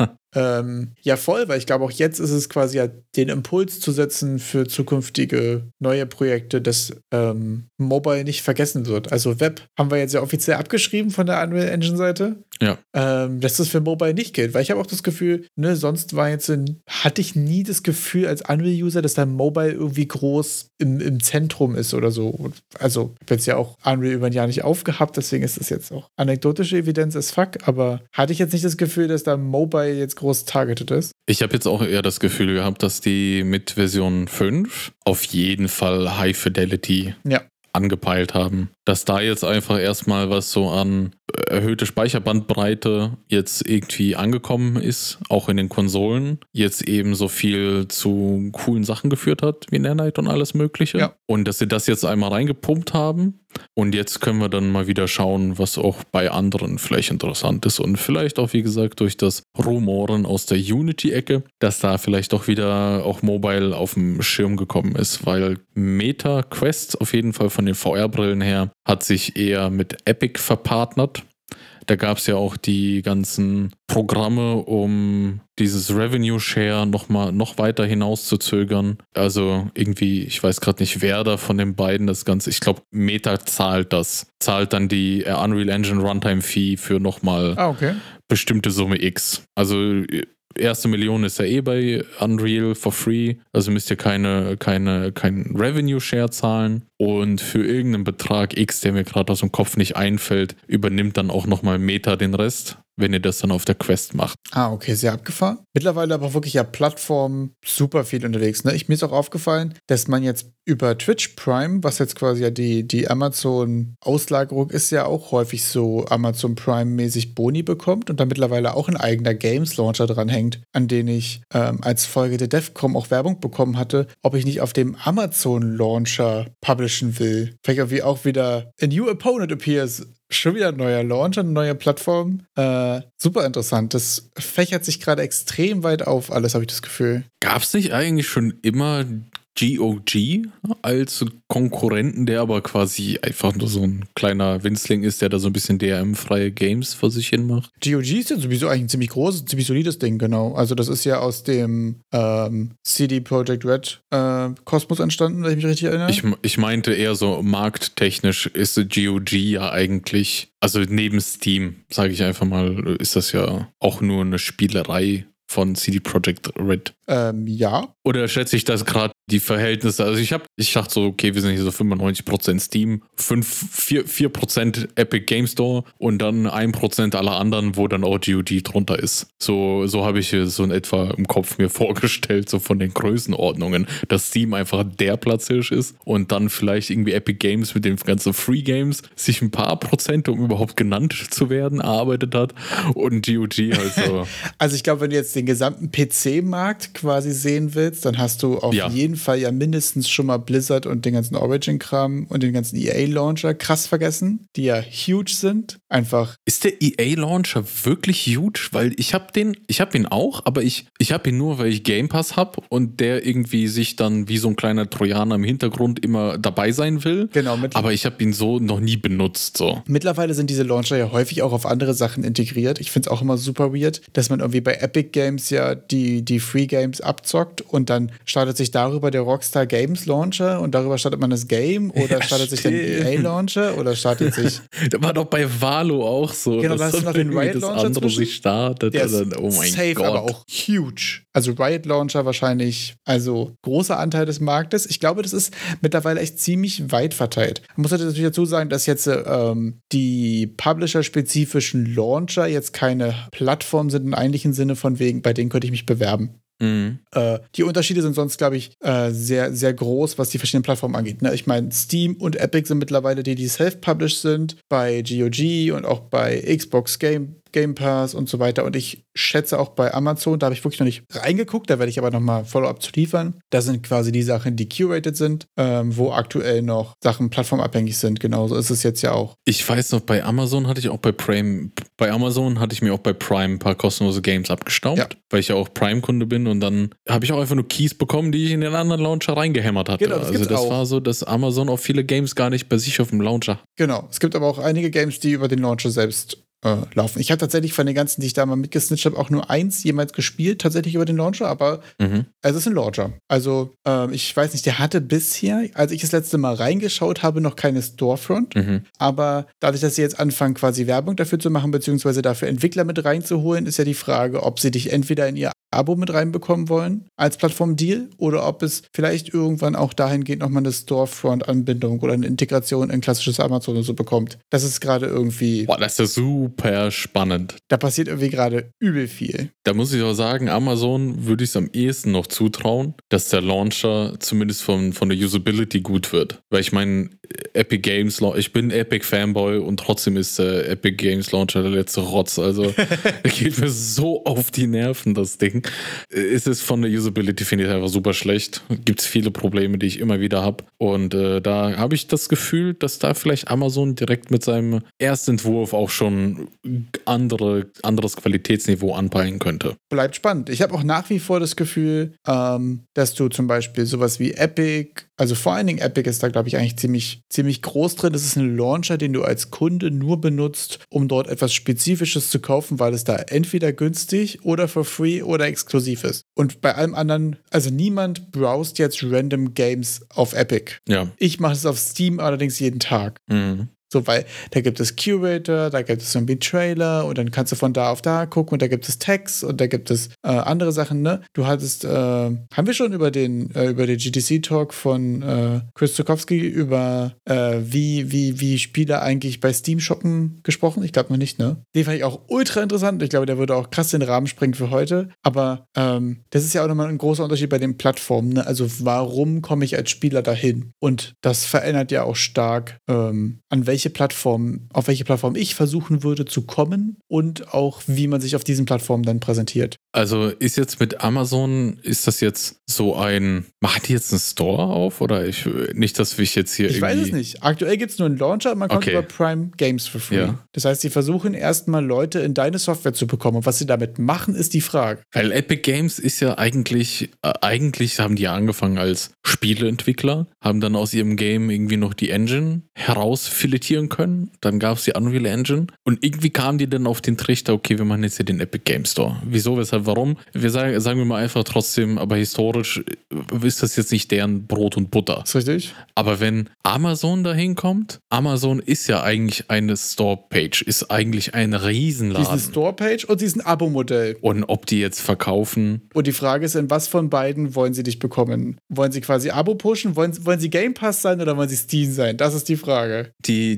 Ja, voll, weil ich glaube, auch jetzt ist es quasi ja den Impuls zu setzen für zukünftige neue Projekte, dass Mobile nicht vergessen wird. Also Web haben wir jetzt ja offiziell abgeschrieben von der Unreal Engine-Seite. Ja. Dass das für Mobile nicht gilt, weil ich habe auch das Gefühl, sonst hatte ich nie das Gefühl als Unreal-User, dass da Mobile irgendwie groß im Zentrum ist oder so. Also, ich habe jetzt ja auch Unreal über ein Jahr nicht aufgehabt, deswegen ist das jetzt auch anekdotische Evidenz as fuck, aber hatte ich jetzt nicht das Gefühl, dass da Mobile jetzt groß targeted ist? Ich habe jetzt auch eher das Gefühl gehabt, dass die mit Version 5 auf jeden Fall High Fidelity angepeilt haben. Dass da jetzt einfach erstmal was so an erhöhte Speicherbandbreite jetzt irgendwie angekommen ist, auch in den Konsolen, jetzt eben so viel zu coolen Sachen geführt hat, wie Nanite und alles Mögliche. Ja. Und dass sie das jetzt einmal reingepumpt haben. Und jetzt können wir dann mal wieder schauen, was auch bei anderen vielleicht interessant ist. Und vielleicht auch, wie gesagt, durch das Rumoren aus der Unity-Ecke, dass da vielleicht auch wieder auch Mobile auf dem Schirm gekommen ist, weil Meta Quest auf jeden Fall von den VR-Brillen her hat sich eher mit Epic verpartnert. Da gab es ja auch die ganzen Programme, um dieses Revenue Share noch weiter hinaus zu zögern. Also irgendwie, ich weiß gerade nicht, wer da von den beiden das Ganze, ich glaube, Meta zahlt dann die Unreal Engine Runtime Fee für nochmal bestimmte Summe X. Also erste Million ist ja bei Unreal for free, also müsst ihr kein Revenue Share zahlen und für irgendeinen Betrag X, der mir gerade aus dem Kopf nicht einfällt, übernimmt dann auch nochmal Meta den Rest, wenn ihr das dann auf der Quest macht. Okay, sehr abgefahren. Mittlerweile aber wirklich ja Plattformen super viel unterwegs. Ne? Mir ist auch aufgefallen, dass man jetzt über Twitch Prime, was jetzt quasi ja die Amazon-Auslagerung ist, ja auch häufig so Amazon Prime-mäßig Boni bekommt und da mittlerweile auch ein eigener Games-Launcher dranhängt, an den ich als Folge der DevCom auch Werbung bekommen hatte, ob ich nicht auf dem Amazon-Launcher publishen will. Vielleicht irgendwie auch wieder A New Opponent appears. Schon wieder ein neuer Launcher, eine neue Plattform. Super interessant. Das fächert sich gerade extrem weit auf, alles, habe ich das Gefühl. Gab es nicht eigentlich schon immer GOG als Konkurrenten, der aber quasi einfach nur so ein kleiner Winzling ist, der da so ein bisschen DRM-freie Games vor sich hin macht? GOG ist ja sowieso eigentlich ein ziemlich großes, ziemlich solides Ding, genau. Also das ist ja aus dem CD Projekt Red Kosmos entstanden, wenn ich mich richtig erinnere. Ich meinte eher so markttechnisch ist GOG ja eigentlich, also neben Steam, sage ich einfach mal, ist das ja auch nur eine Spielerei von CD Projekt Red. Ja. Oder schätze ich das gerade die Verhältnisse? Also ich dachte so, okay, wir sind hier so 95% Steam, 4% Epic Game Store und dann 1% aller anderen, wo dann auch GOG drunter ist. So habe ich so in etwa im Kopf mir vorgestellt, so von den Größenordnungen, dass Steam einfach der Platzhirsch ist und dann vielleicht irgendwie Epic Games mit den ganzen Free Games sich ein paar Prozent, um überhaupt genannt zu werden, erarbeitet hat und GOG halt so. Also ich glaube, wenn du jetzt den gesamten PC-Markt quasi sehen willst, dann hast du auf jeden Fall ja mindestens schon mal Blizzard und den ganzen Origin-Kram und den ganzen EA-Launcher krass vergessen, die ja huge sind. Einfach. Ist der EA-Launcher wirklich huge? Weil ich habe ihn auch, aber ich habe ihn nur, weil ich Game Pass habe und der irgendwie sich dann wie so ein kleiner Trojaner im Hintergrund immer dabei sein will. Genau. Aber ich habe ihn so noch nie benutzt. So. Mittlerweile sind diese Launcher ja häufig auch auf andere Sachen integriert. Ich finde es auch immer super weird, dass man irgendwie bei Epic Games ja die Free Games abzockt und dann startet sich darüber der Rockstar Games Launcher und darüber startet man das Game oder startet sich dann EA Launcher oder startet sich... Da war doch bei Valo auch so. Genau, da hast du noch den Riot Launcher andere sich startet. Der ist oh mein safe, Gott. aber auch huge. Also Riot Launcher wahrscheinlich, also großer Anteil des Marktes. Ich glaube, das ist mittlerweile echt ziemlich weit verteilt. Man muss natürlich dazu sagen, dass jetzt die Publisher-spezifischen Launcher jetzt keine Plattform sind im eigentlichen Sinne von wegen, bei denen könnte ich mich bewerben. Mhm. Die Unterschiede sind sonst, glaube ich, sehr, sehr groß, was die verschiedenen Plattformen angeht. Ne? Ich meine, Steam und Epic sind mittlerweile die self-published sind, bei GOG und auch bei Xbox Game Pass und so weiter. Und ich schätze auch bei Amazon, da habe ich wirklich noch nicht reingeguckt, da werde ich aber nochmal Follow-up zu liefern. Das sind quasi die Sachen, die curated sind, wo aktuell noch Sachen plattformabhängig sind. Genauso ist es jetzt ja auch. Ich weiß noch, bei Amazon hatte ich auch bei Prime, mir auch bei Prime ein paar kostenlose Games abgestaubt, weil ich ja auch Prime-Kunde bin und dann habe ich auch einfach nur Keys bekommen, die ich in den anderen Launcher reingehämmert hatte. Genau, das war so, dass Amazon auch viele Games gar nicht bei sich auf dem Launcher. Genau, es gibt aber auch einige Games, die über den Launcher selbst laufen. Ich habe tatsächlich von den ganzen, die ich da mal mitgesnitcht habe, auch nur eins jemals gespielt, tatsächlich über den Launcher, aber es ist ein Launcher. Also, ich weiß nicht, der hatte bisher, als ich das letzte Mal reingeschaut habe, noch keine Storefront, aber dadurch, dass sie jetzt anfangen, quasi Werbung dafür zu machen, beziehungsweise dafür Entwickler mit reinzuholen, ist ja die Frage, ob sie dich entweder in ihr Abo mit reinbekommen wollen als Plattformdeal oder ob es vielleicht irgendwann auch dahingehend nochmal eine Storefront-Anbindung oder eine Integration in klassisches Amazon oder so bekommt. Das ist gerade irgendwie... Boah, das ist super spannend. Da passiert irgendwie gerade übel viel. Da muss ich auch sagen, Amazon würde ich es am ehesten noch zutrauen, dass der Launcher zumindest von der Usability gut wird. Weil ich meine, Epic Games, ich bin Epic-Fanboy und trotzdem ist der Epic Games Launcher der letzte Rotz. Also der geht mir so auf die Nerven, das Ding. Es ist von der Usability, finde ich einfach super schlecht. Gibt es viele Probleme, die ich immer wieder habe. Und da habe ich das Gefühl, dass da vielleicht Amazon direkt mit seinem Erstentwurf auch schon anderes Qualitätsniveau anpeilen könnte. Bleibt spannend. Ich habe auch nach wie vor das Gefühl, dass du zum Beispiel sowas wie Epic, also vor allen Dingen Epic ist da, glaube ich, eigentlich ziemlich groß drin. Das ist ein Launcher, den du als Kunde nur benutzt, um dort etwas Spezifisches zu kaufen, weil es da entweder günstig oder for free oder exklusiv ist. Und bei allem anderen, also niemand browst jetzt random Games auf Epic. Ja. Ich mache es auf Steam allerdings jeden Tag. So, weil da gibt es Curator, da gibt es irgendwie Trailer und dann kannst du von da auf da gucken und da gibt es Tags und da gibt es andere Sachen, ne? Du hattest, haben wir schon über den GDC-Talk von Chris Zukowski über wie Spieler eigentlich bei Steam shoppen gesprochen? Ich glaube noch nicht, ne? Den fand ich auch ultra interessant. Ich glaube, der würde auch krass den Rahmen sprengen für heute. Aber das ist ja auch nochmal ein großer Unterschied bei den Plattformen, ne? Also warum komme ich als Spieler dahin? Und das verändert ja auch stark, auf welche Plattform ich versuchen würde zu kommen und auch, wie man sich auf diesen Plattformen dann präsentiert. Also ist jetzt mit Amazon, ist das jetzt so machen die jetzt einen Store auf? Oder nicht, dass ich jetzt hier irgendwie... Ich weiß es nicht. Aktuell gibt es nur einen Launcher, man kommt über Prime Games for free. Ja. Das heißt, sie versuchen erstmal Leute in deine Software zu bekommen. Und was sie damit machen, ist die Frage. Weil Epic Games ist ja eigentlich haben die ja angefangen als Spieleentwickler, haben dann aus ihrem Game irgendwie noch die Engine herausfiletieren können. Dann gab es die Unreal Engine. Und irgendwie kamen die dann auf den Trichter, okay, wir machen jetzt hier den Epic Game Store. Wieso, weshalb, warum? Wir sagen wir mal einfach trotzdem, aber historisch ist das jetzt nicht deren Brot und Butter. Das ist richtig. Aber wenn Amazon dahin kommt, Amazon ist ja eigentlich eine Store-Page, ist eigentlich ein Riesenladen. Diesen Store-Page und diesen Abo-Modell. Und ob die jetzt verkaufen. Und die Frage ist, in was von beiden wollen sie dich bekommen? Wollen sie quasi Abo pushen? Wollen sie Game Pass sein oder wollen sie Steam sein? Das ist die Frage. Die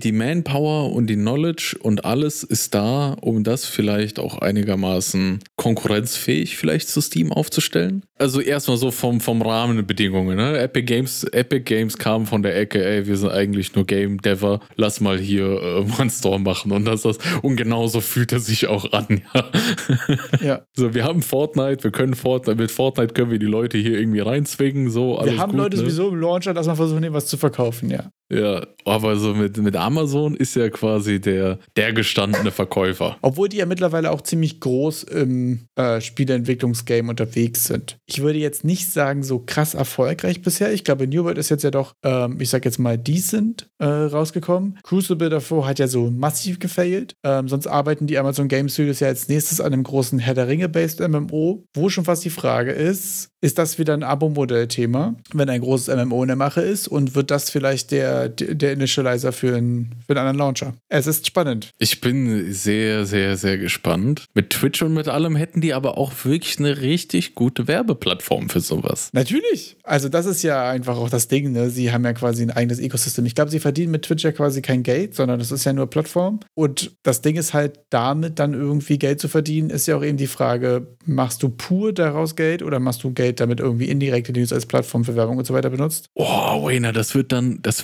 die Manpower und die Knowledge und alles ist da, um das vielleicht auch einigermaßen konkurrenzfähig vielleicht zu Steam aufzustellen. Also erstmal so vom Rahmenbedingungen. Ne? Epic Games kam von der Ecke, ey, wir sind eigentlich nur Game Dever, lass mal hier einen Store machen und und genauso fühlt er sich auch an. Ja. So, wir haben Fortnite, mit Fortnite können wir die Leute hier irgendwie reinzwingen, so alles. Wir haben gut, Leute sowieso im Launcher, dass man versuchen, was zu verkaufen, ja. Ja, aber so mit Amazon ist ja quasi der gestandene Verkäufer. Obwohl die ja mittlerweile auch ziemlich groß im Spieleentwicklungsgame unterwegs sind. Ich würde jetzt nicht sagen, so krass erfolgreich bisher. Ich glaube, New World ist jetzt ja doch, ich sag jetzt mal, decent rausgekommen. Crucible davor hat ja so massiv gefailt. Sonst arbeiten die Amazon Game Studios ja als nächstes an einem großen Herr der Ringe-based MMO, wo schon fast die Frage ist das wieder ein Abo-Modell-Thema, wenn ein großes MMO in der Mache ist, und wird das vielleicht der Initializer für einen anderen Launcher? Es ist spannend. Ich bin sehr, sehr, sehr gespannt. Mit Twitch und mit allem hätten die aber auch wirklich eine richtig gute Werbeplattform für sowas. Natürlich. Also das ist ja einfach auch das Ding, ne? Sie haben ja quasi ein eigenes Ecosystem. Ich glaube, sie verdienen mit Twitch ja quasi kein Geld, sondern das ist ja nur Plattform. Und das Ding ist halt, damit dann irgendwie Geld zu verdienen, ist ja auch eben die Frage, machst du pur daraus Geld oder machst du Geld damit irgendwie indirekt, die du es als Plattform für Werbung und so weiter benutzt? Oh, Wayner, das wird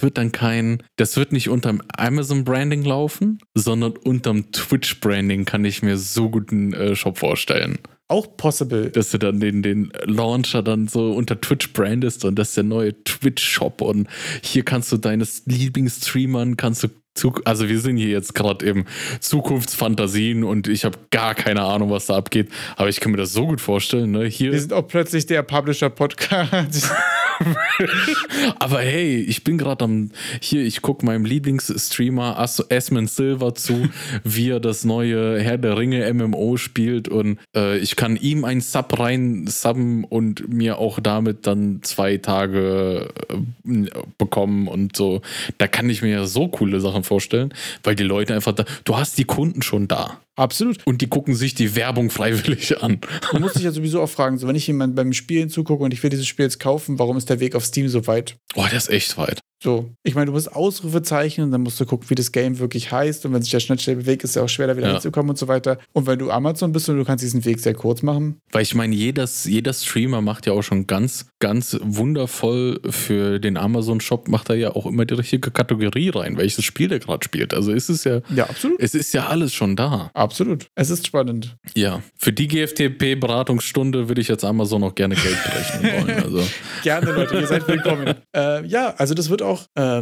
nicht unterm Amazon-Branding laufen, sondern unterm Twitch-Branding kann ich mir so gut einen Shop vorstellen. Auch possible. Dass du dann den Launcher dann so unter Twitch brandest und das ist der neue Twitch-Shop und hier kannst du deine Lieblingsstreamern, also wir sind hier jetzt gerade im Zukunftsfantasien und ich habe gar keine Ahnung, was da abgeht, aber ich kann mir das so gut vorstellen. Ne? Wir sind auch plötzlich der Publisher-Podcast. Aber hey, ich bin gerade ich gucke meinem Lieblingsstreamer Asmon Silver zu, wie er das neue Herr der Ringe MMO spielt und ich kann ihm einen Sub subben und mir auch damit dann 2 Tage bekommen und so. Da kann ich mir ja so coole Sachen vorstellen, weil die Leute einfach du hast die Kunden schon da. Absolut. Und die gucken sich die Werbung freiwillig an. Man muss sich ja sowieso auch fragen, so wenn ich jemand beim Spielen zugucke und ich will dieses Spiel jetzt kaufen, warum ist der Weg auf Steam so weit? Boah, der ist echt weit. So, ich meine, du musst Ausrufezeichen und dann musst du gucken, wie das Game wirklich heißt, und wenn sich der Schnittstelle bewegt, ist es ja auch schwer, da wieder hinzukommen und so weiter. Und wenn du Amazon bist und du kannst diesen Weg sehr kurz machen. Weil ich meine, jeder Streamer macht ja auch schon ganz, ganz wundervoll für den Amazon-Shop, macht er ja auch immer die richtige Kategorie rein, welches Spiel der gerade spielt. Also es ist ja absolut. Es ist ja alles schon da. Absolut. Es ist spannend. Ja, für die GFTP-Beratungsstunde würde ich jetzt Amazon auch gerne Geld berechnen wollen. Also. Gerne, Leute, ihr seid willkommen. Also das wird auch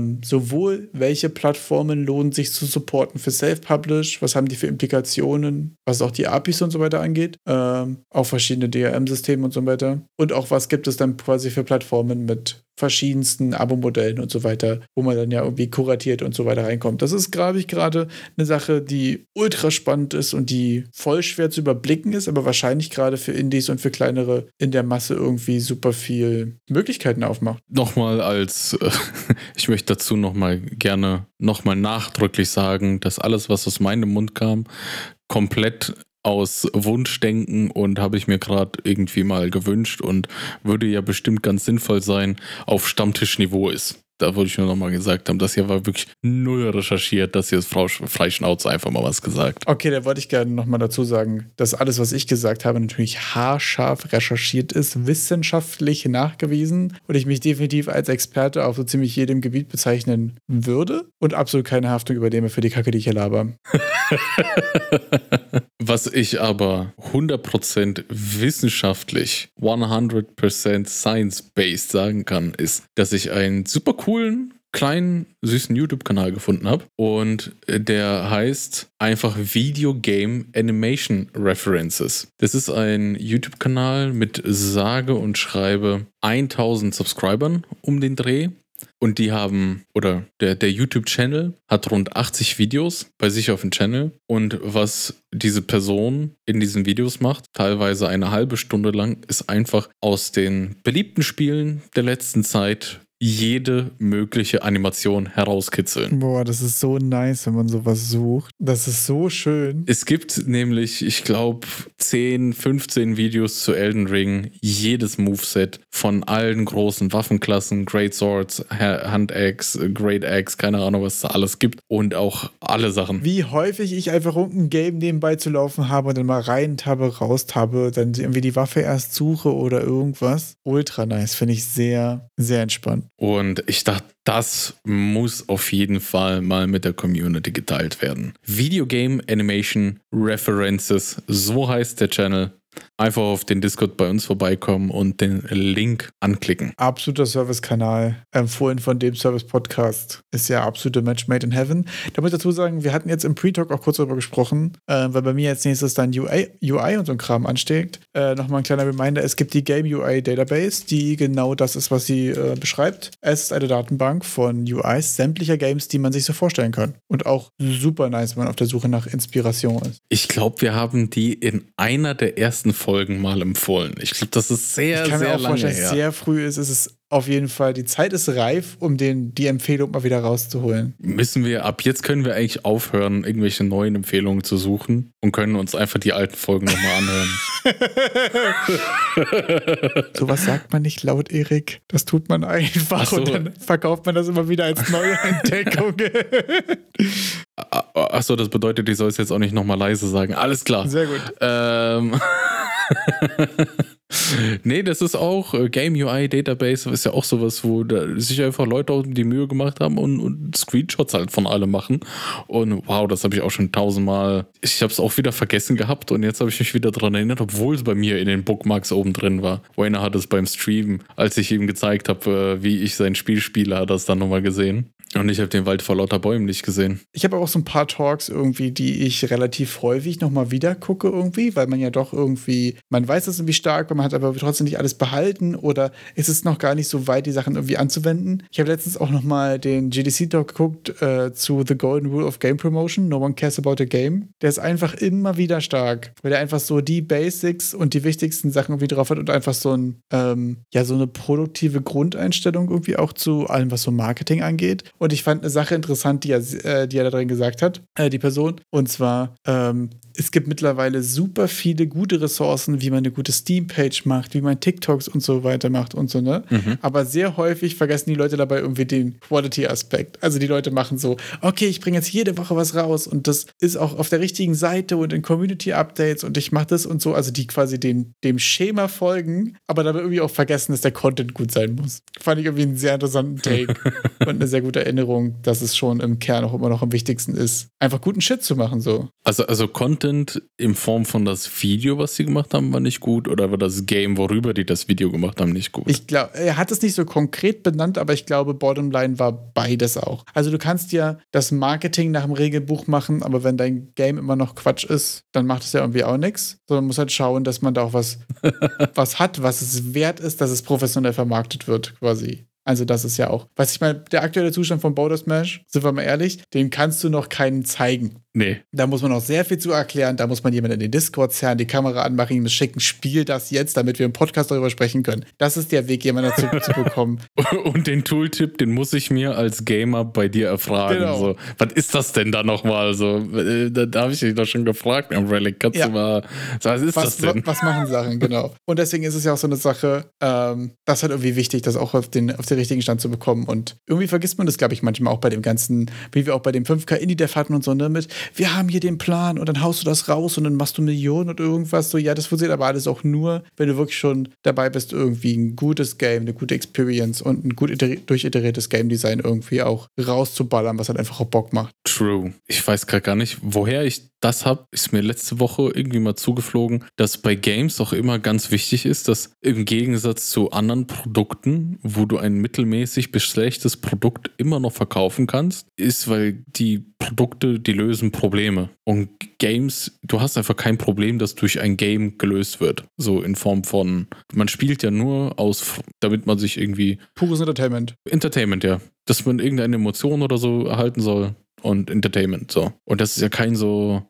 sowohl, welche Plattformen lohnen sich zu supporten für Self-Publish, was haben die für Implikationen, was auch die APIs und so weiter angeht, auch verschiedene DRM-Systeme und so weiter, und auch was gibt es dann quasi für Plattformen mit verschiedensten Abo-Modellen und so weiter, wo man dann ja irgendwie kuratiert und so weiter reinkommt. Das ist, glaube ich, gerade eine Sache, die ultra spannend ist und die voll schwer zu überblicken ist, aber wahrscheinlich gerade für Indies und für kleinere in der Masse irgendwie super viel Möglichkeiten aufmacht. Nochmal ich möchte dazu gerne nachdrücklich sagen, dass alles, was aus meinem Mund kam, komplett aus Wunschdenken und habe ich mir gerade irgendwie mal gewünscht und würde ja bestimmt ganz sinnvoll sein, auf Stammtischniveau ist. Da wollte ich nur nochmal gesagt haben, das hier war wirklich null recherchiert, das hier ist frei Schnauze einfach mal was gesagt. Okay, da wollte ich gerne nochmal dazu sagen, dass alles, was ich gesagt habe, natürlich haarscharf recherchiert ist, wissenschaftlich nachgewiesen und ich mich definitiv als Experte auf so ziemlich jedem Gebiet bezeichnen würde und absolut keine Haftung übernehme für die Kacke, die ich hier laber. Was ich aber 100% wissenschaftlich, 100% science-based sagen kann, ist, dass ich einen super coolen, kleinen, süßen YouTube-Kanal gefunden habe und der heißt einfach Video Game Animation References. Das ist ein YouTube-Kanal mit sage und schreibe 1000 Subscribern um den Dreh. Und die haben, oder der YouTube-Channel hat rund 80 Videos bei sich auf dem Channel. Und was diese Person in diesen Videos macht, teilweise eine halbe Stunde lang, ist einfach aus den beliebten Spielen der letzten Zeit jede mögliche Animation herauskitzeln. Boah, das ist so nice, wenn man sowas sucht. Das ist so schön. Es gibt nämlich, ich glaube, 10, 15 Videos zu Elden Ring, jedes Moveset von allen großen Waffenklassen, Great Swords, Hand-Axe, Great Axe, keine Ahnung, was es da alles gibt und auch alle Sachen. Wie häufig ich einfach irgendein Game nebenbei zu laufen habe und dann mal rein tabe, raus tabe, dann irgendwie die Waffe erst suche oder irgendwas. Ultra nice, finde ich sehr, sehr entspannt. Und ich dachte, das muss auf jeden Fall mal mit der Community geteilt werden. Video Game Animation References, so heißt der Channel. Einfach auf den Discord bei uns vorbeikommen und den Link anklicken. Absoluter Service-Kanal, empfohlen von dem Service-Podcast. Ist ja absolute Match made in heaven. Da muss ich dazu sagen, wir hatten jetzt im Pre-Talk auch kurz darüber gesprochen, weil bei mir als nächstes dann UI und so ein Kram ansteht. Nochmal ein kleiner Reminder, es gibt die Game UI Database, die genau das ist, was sie beschreibt. Es ist eine Datenbank von UIs sämtlicher Games, die man sich so vorstellen kann. Und auch super nice, wenn man auf der Suche nach Inspiration ist. Ich glaube, wir haben die in einer der ersten Folgen mal empfohlen. Ich glaube, das ist sehr, sehr lange her. Ich kann mir auch vorstellen, dass es sehr früh ist. Es ist auf jeden Fall, die Zeit ist reif, um die Empfehlung mal wieder rauszuholen. Ab jetzt können wir eigentlich aufhören, irgendwelche neuen Empfehlungen zu suchen und können uns einfach die alten Folgen nochmal anhören. Sowas sagt man nicht laut, Erik. Das tut man einfach und dann verkauft man das immer wieder als neue Entdeckung. Achso, das bedeutet, ich soll es jetzt auch nicht nochmal leise sagen. Alles klar. Sehr gut. Nee, das ist auch Game UI Database, ist ja auch sowas, wo sich einfach Leute die Mühe gemacht haben und Screenshots halt von allem machen. Und wow, das habe ich auch schon 1000-mal. Ich habe es auch wieder vergessen gehabt und jetzt habe ich mich wieder dran erinnert, obwohl es bei mir in den Bookmarks oben drin war. Wayne hat es beim Stream, als ich ihm gezeigt habe, wie ich sein Spiel spiele, hat er es dann nochmal gesehen. Und ich habe den Wald vor lauter Bäumen nicht gesehen. Ich habe auch so ein paar Talks irgendwie, die ich relativ häufig nochmal wieder gucke irgendwie, weil man ja doch irgendwie, man weiß es irgendwie stark, man hat aber trotzdem nicht alles behalten oder ist es noch gar nicht so weit, die Sachen irgendwie anzuwenden. Ich habe letztens auch nochmal den GDC-Talk geguckt zu The Golden Rule of Game Promotion, No One Cares About a Game. Der ist einfach immer wieder stark, weil der einfach so die Basics und die wichtigsten Sachen irgendwie drauf hat und einfach so so eine produktive Grundeinstellung irgendwie auch zu allem, was so Marketing angeht. Und ich fand eine Sache interessant, die er da drin gesagt hat, die Person. Und zwar, es gibt mittlerweile super viele gute Ressourcen, wie man eine gute Steam-Page macht, wie man TikToks und so weiter macht und so, ne? Mhm. Aber sehr häufig vergessen die Leute dabei irgendwie den Quality-Aspekt. Also die Leute machen so, okay, ich bringe jetzt jede Woche was raus und das ist auch auf der richtigen Seite und in Community-Updates und ich mache das und so. Also die quasi dem Schema folgen, aber dabei irgendwie auch vergessen, dass der Content gut sein muss. Fand ich irgendwie einen sehr interessanten Take und eine sehr gute Erinnerung, dass es schon im Kern auch immer noch am wichtigsten ist, einfach guten Shit zu machen, so. Also Content in Form von das Video, was sie gemacht haben, war nicht gut, oder war das Game, worüber die das Video gemacht haben, nicht gut? Ich glaube, er hat es nicht so konkret benannt, aber ich glaube, Bottomline war beides auch. Also du kannst ja das Marketing nach dem Regelbuch machen, aber wenn dein Game immer noch Quatsch ist, dann macht es ja irgendwie auch nichts. Sondern man muss halt schauen, dass man da auch was hat, was es wert ist, dass es professionell vermarktet wird, quasi. Also das ist ja auch, was ich meine, der aktuelle Zustand von Border Smash, sind wir mal ehrlich, den kannst du noch keinen zeigen. Nee. Da muss man noch sehr viel zu erklären, da muss man jemanden in den Discord zerren, die Kamera anmachen, ihm schicken, spiel das jetzt, damit wir im Podcast darüber sprechen können. Das ist der Weg, jemanden dazu zu bekommen. Und den Tooltip, den muss ich mir als Gamer bei dir erfragen. Genau. So, was ist das denn da nochmal? So, da habe ich dich doch schon gefragt am Relic. Kannst du mal, so, was ist das denn? Was machen Sachen, genau. Und deswegen ist es ja auch so eine Sache, das ist halt irgendwie wichtig, das auch auf den richtigen Stand zu bekommen. Und irgendwie vergisst man das, glaube ich, manchmal auch bei dem ganzen, wie wir auch bei dem 5K Indie-Dev hatten und so, ne, mit, wir haben hier den Plan und dann haust du das raus und dann machst du Millionen und irgendwas. So, ja, das funktioniert aber alles auch nur, wenn du wirklich schon dabei bist, irgendwie ein gutes Game, eine gute Experience und ein gut durchiteriertes Game-Design irgendwie auch rauszuballern, was halt einfach auch Bock macht. True. Ich weiß gerade gar nicht, woher ich das habe, ist mir letzte Woche irgendwie mal zugeflogen, dass bei Games auch immer ganz wichtig ist, dass im Gegensatz zu anderen Produkten, wo du ein mittelmäßig bis schlechtes Produkt immer noch verkaufen kannst, ist, weil die Produkte, die lösen Probleme. Und Games, du hast einfach kein Problem, das durch ein Game gelöst wird. So in Form von, man spielt ja nur damit man sich irgendwie... Pures Entertainment. Entertainment, ja. Dass man irgendeine Emotion oder so erhalten soll. Und Entertainment, so. Und das ist ja kein so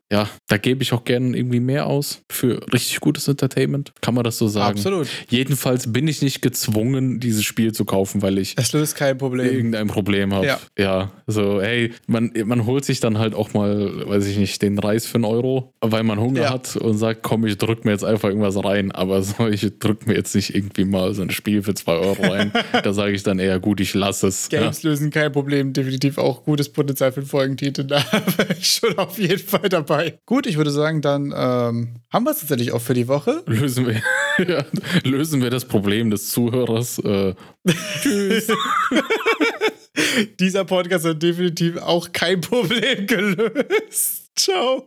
ja, da gebe ich auch gerne irgendwie mehr aus für richtig gutes Entertainment. Kann man das so sagen? Absolut. Jedenfalls bin ich nicht gezwungen, dieses Spiel zu kaufen, weil ich es löst kein Problem. Irgendein Problem habe. Ja, so, hey, man holt sich dann halt auch mal, weiß ich nicht, den Reis für 1 Euro, weil man Hunger hat und sagt, komm, ich drück mir jetzt einfach irgendwas rein. Aber so, ich drück mir jetzt nicht irgendwie mal so ein Spiel für 2 Euro rein. Da sage ich dann eher, gut, ich lasse es. Games lösen kein Problem. Definitiv auch gutes Potenzial für den Folgentitel. Da bin ich schon auf jeden Fall dabei. Gut, ich würde sagen, dann haben wir es tatsächlich auch für die Woche. Lösen wir das Problem des Zuhörers. Tschüss. Dieser Podcast hat definitiv auch kein Problem gelöst. Ciao.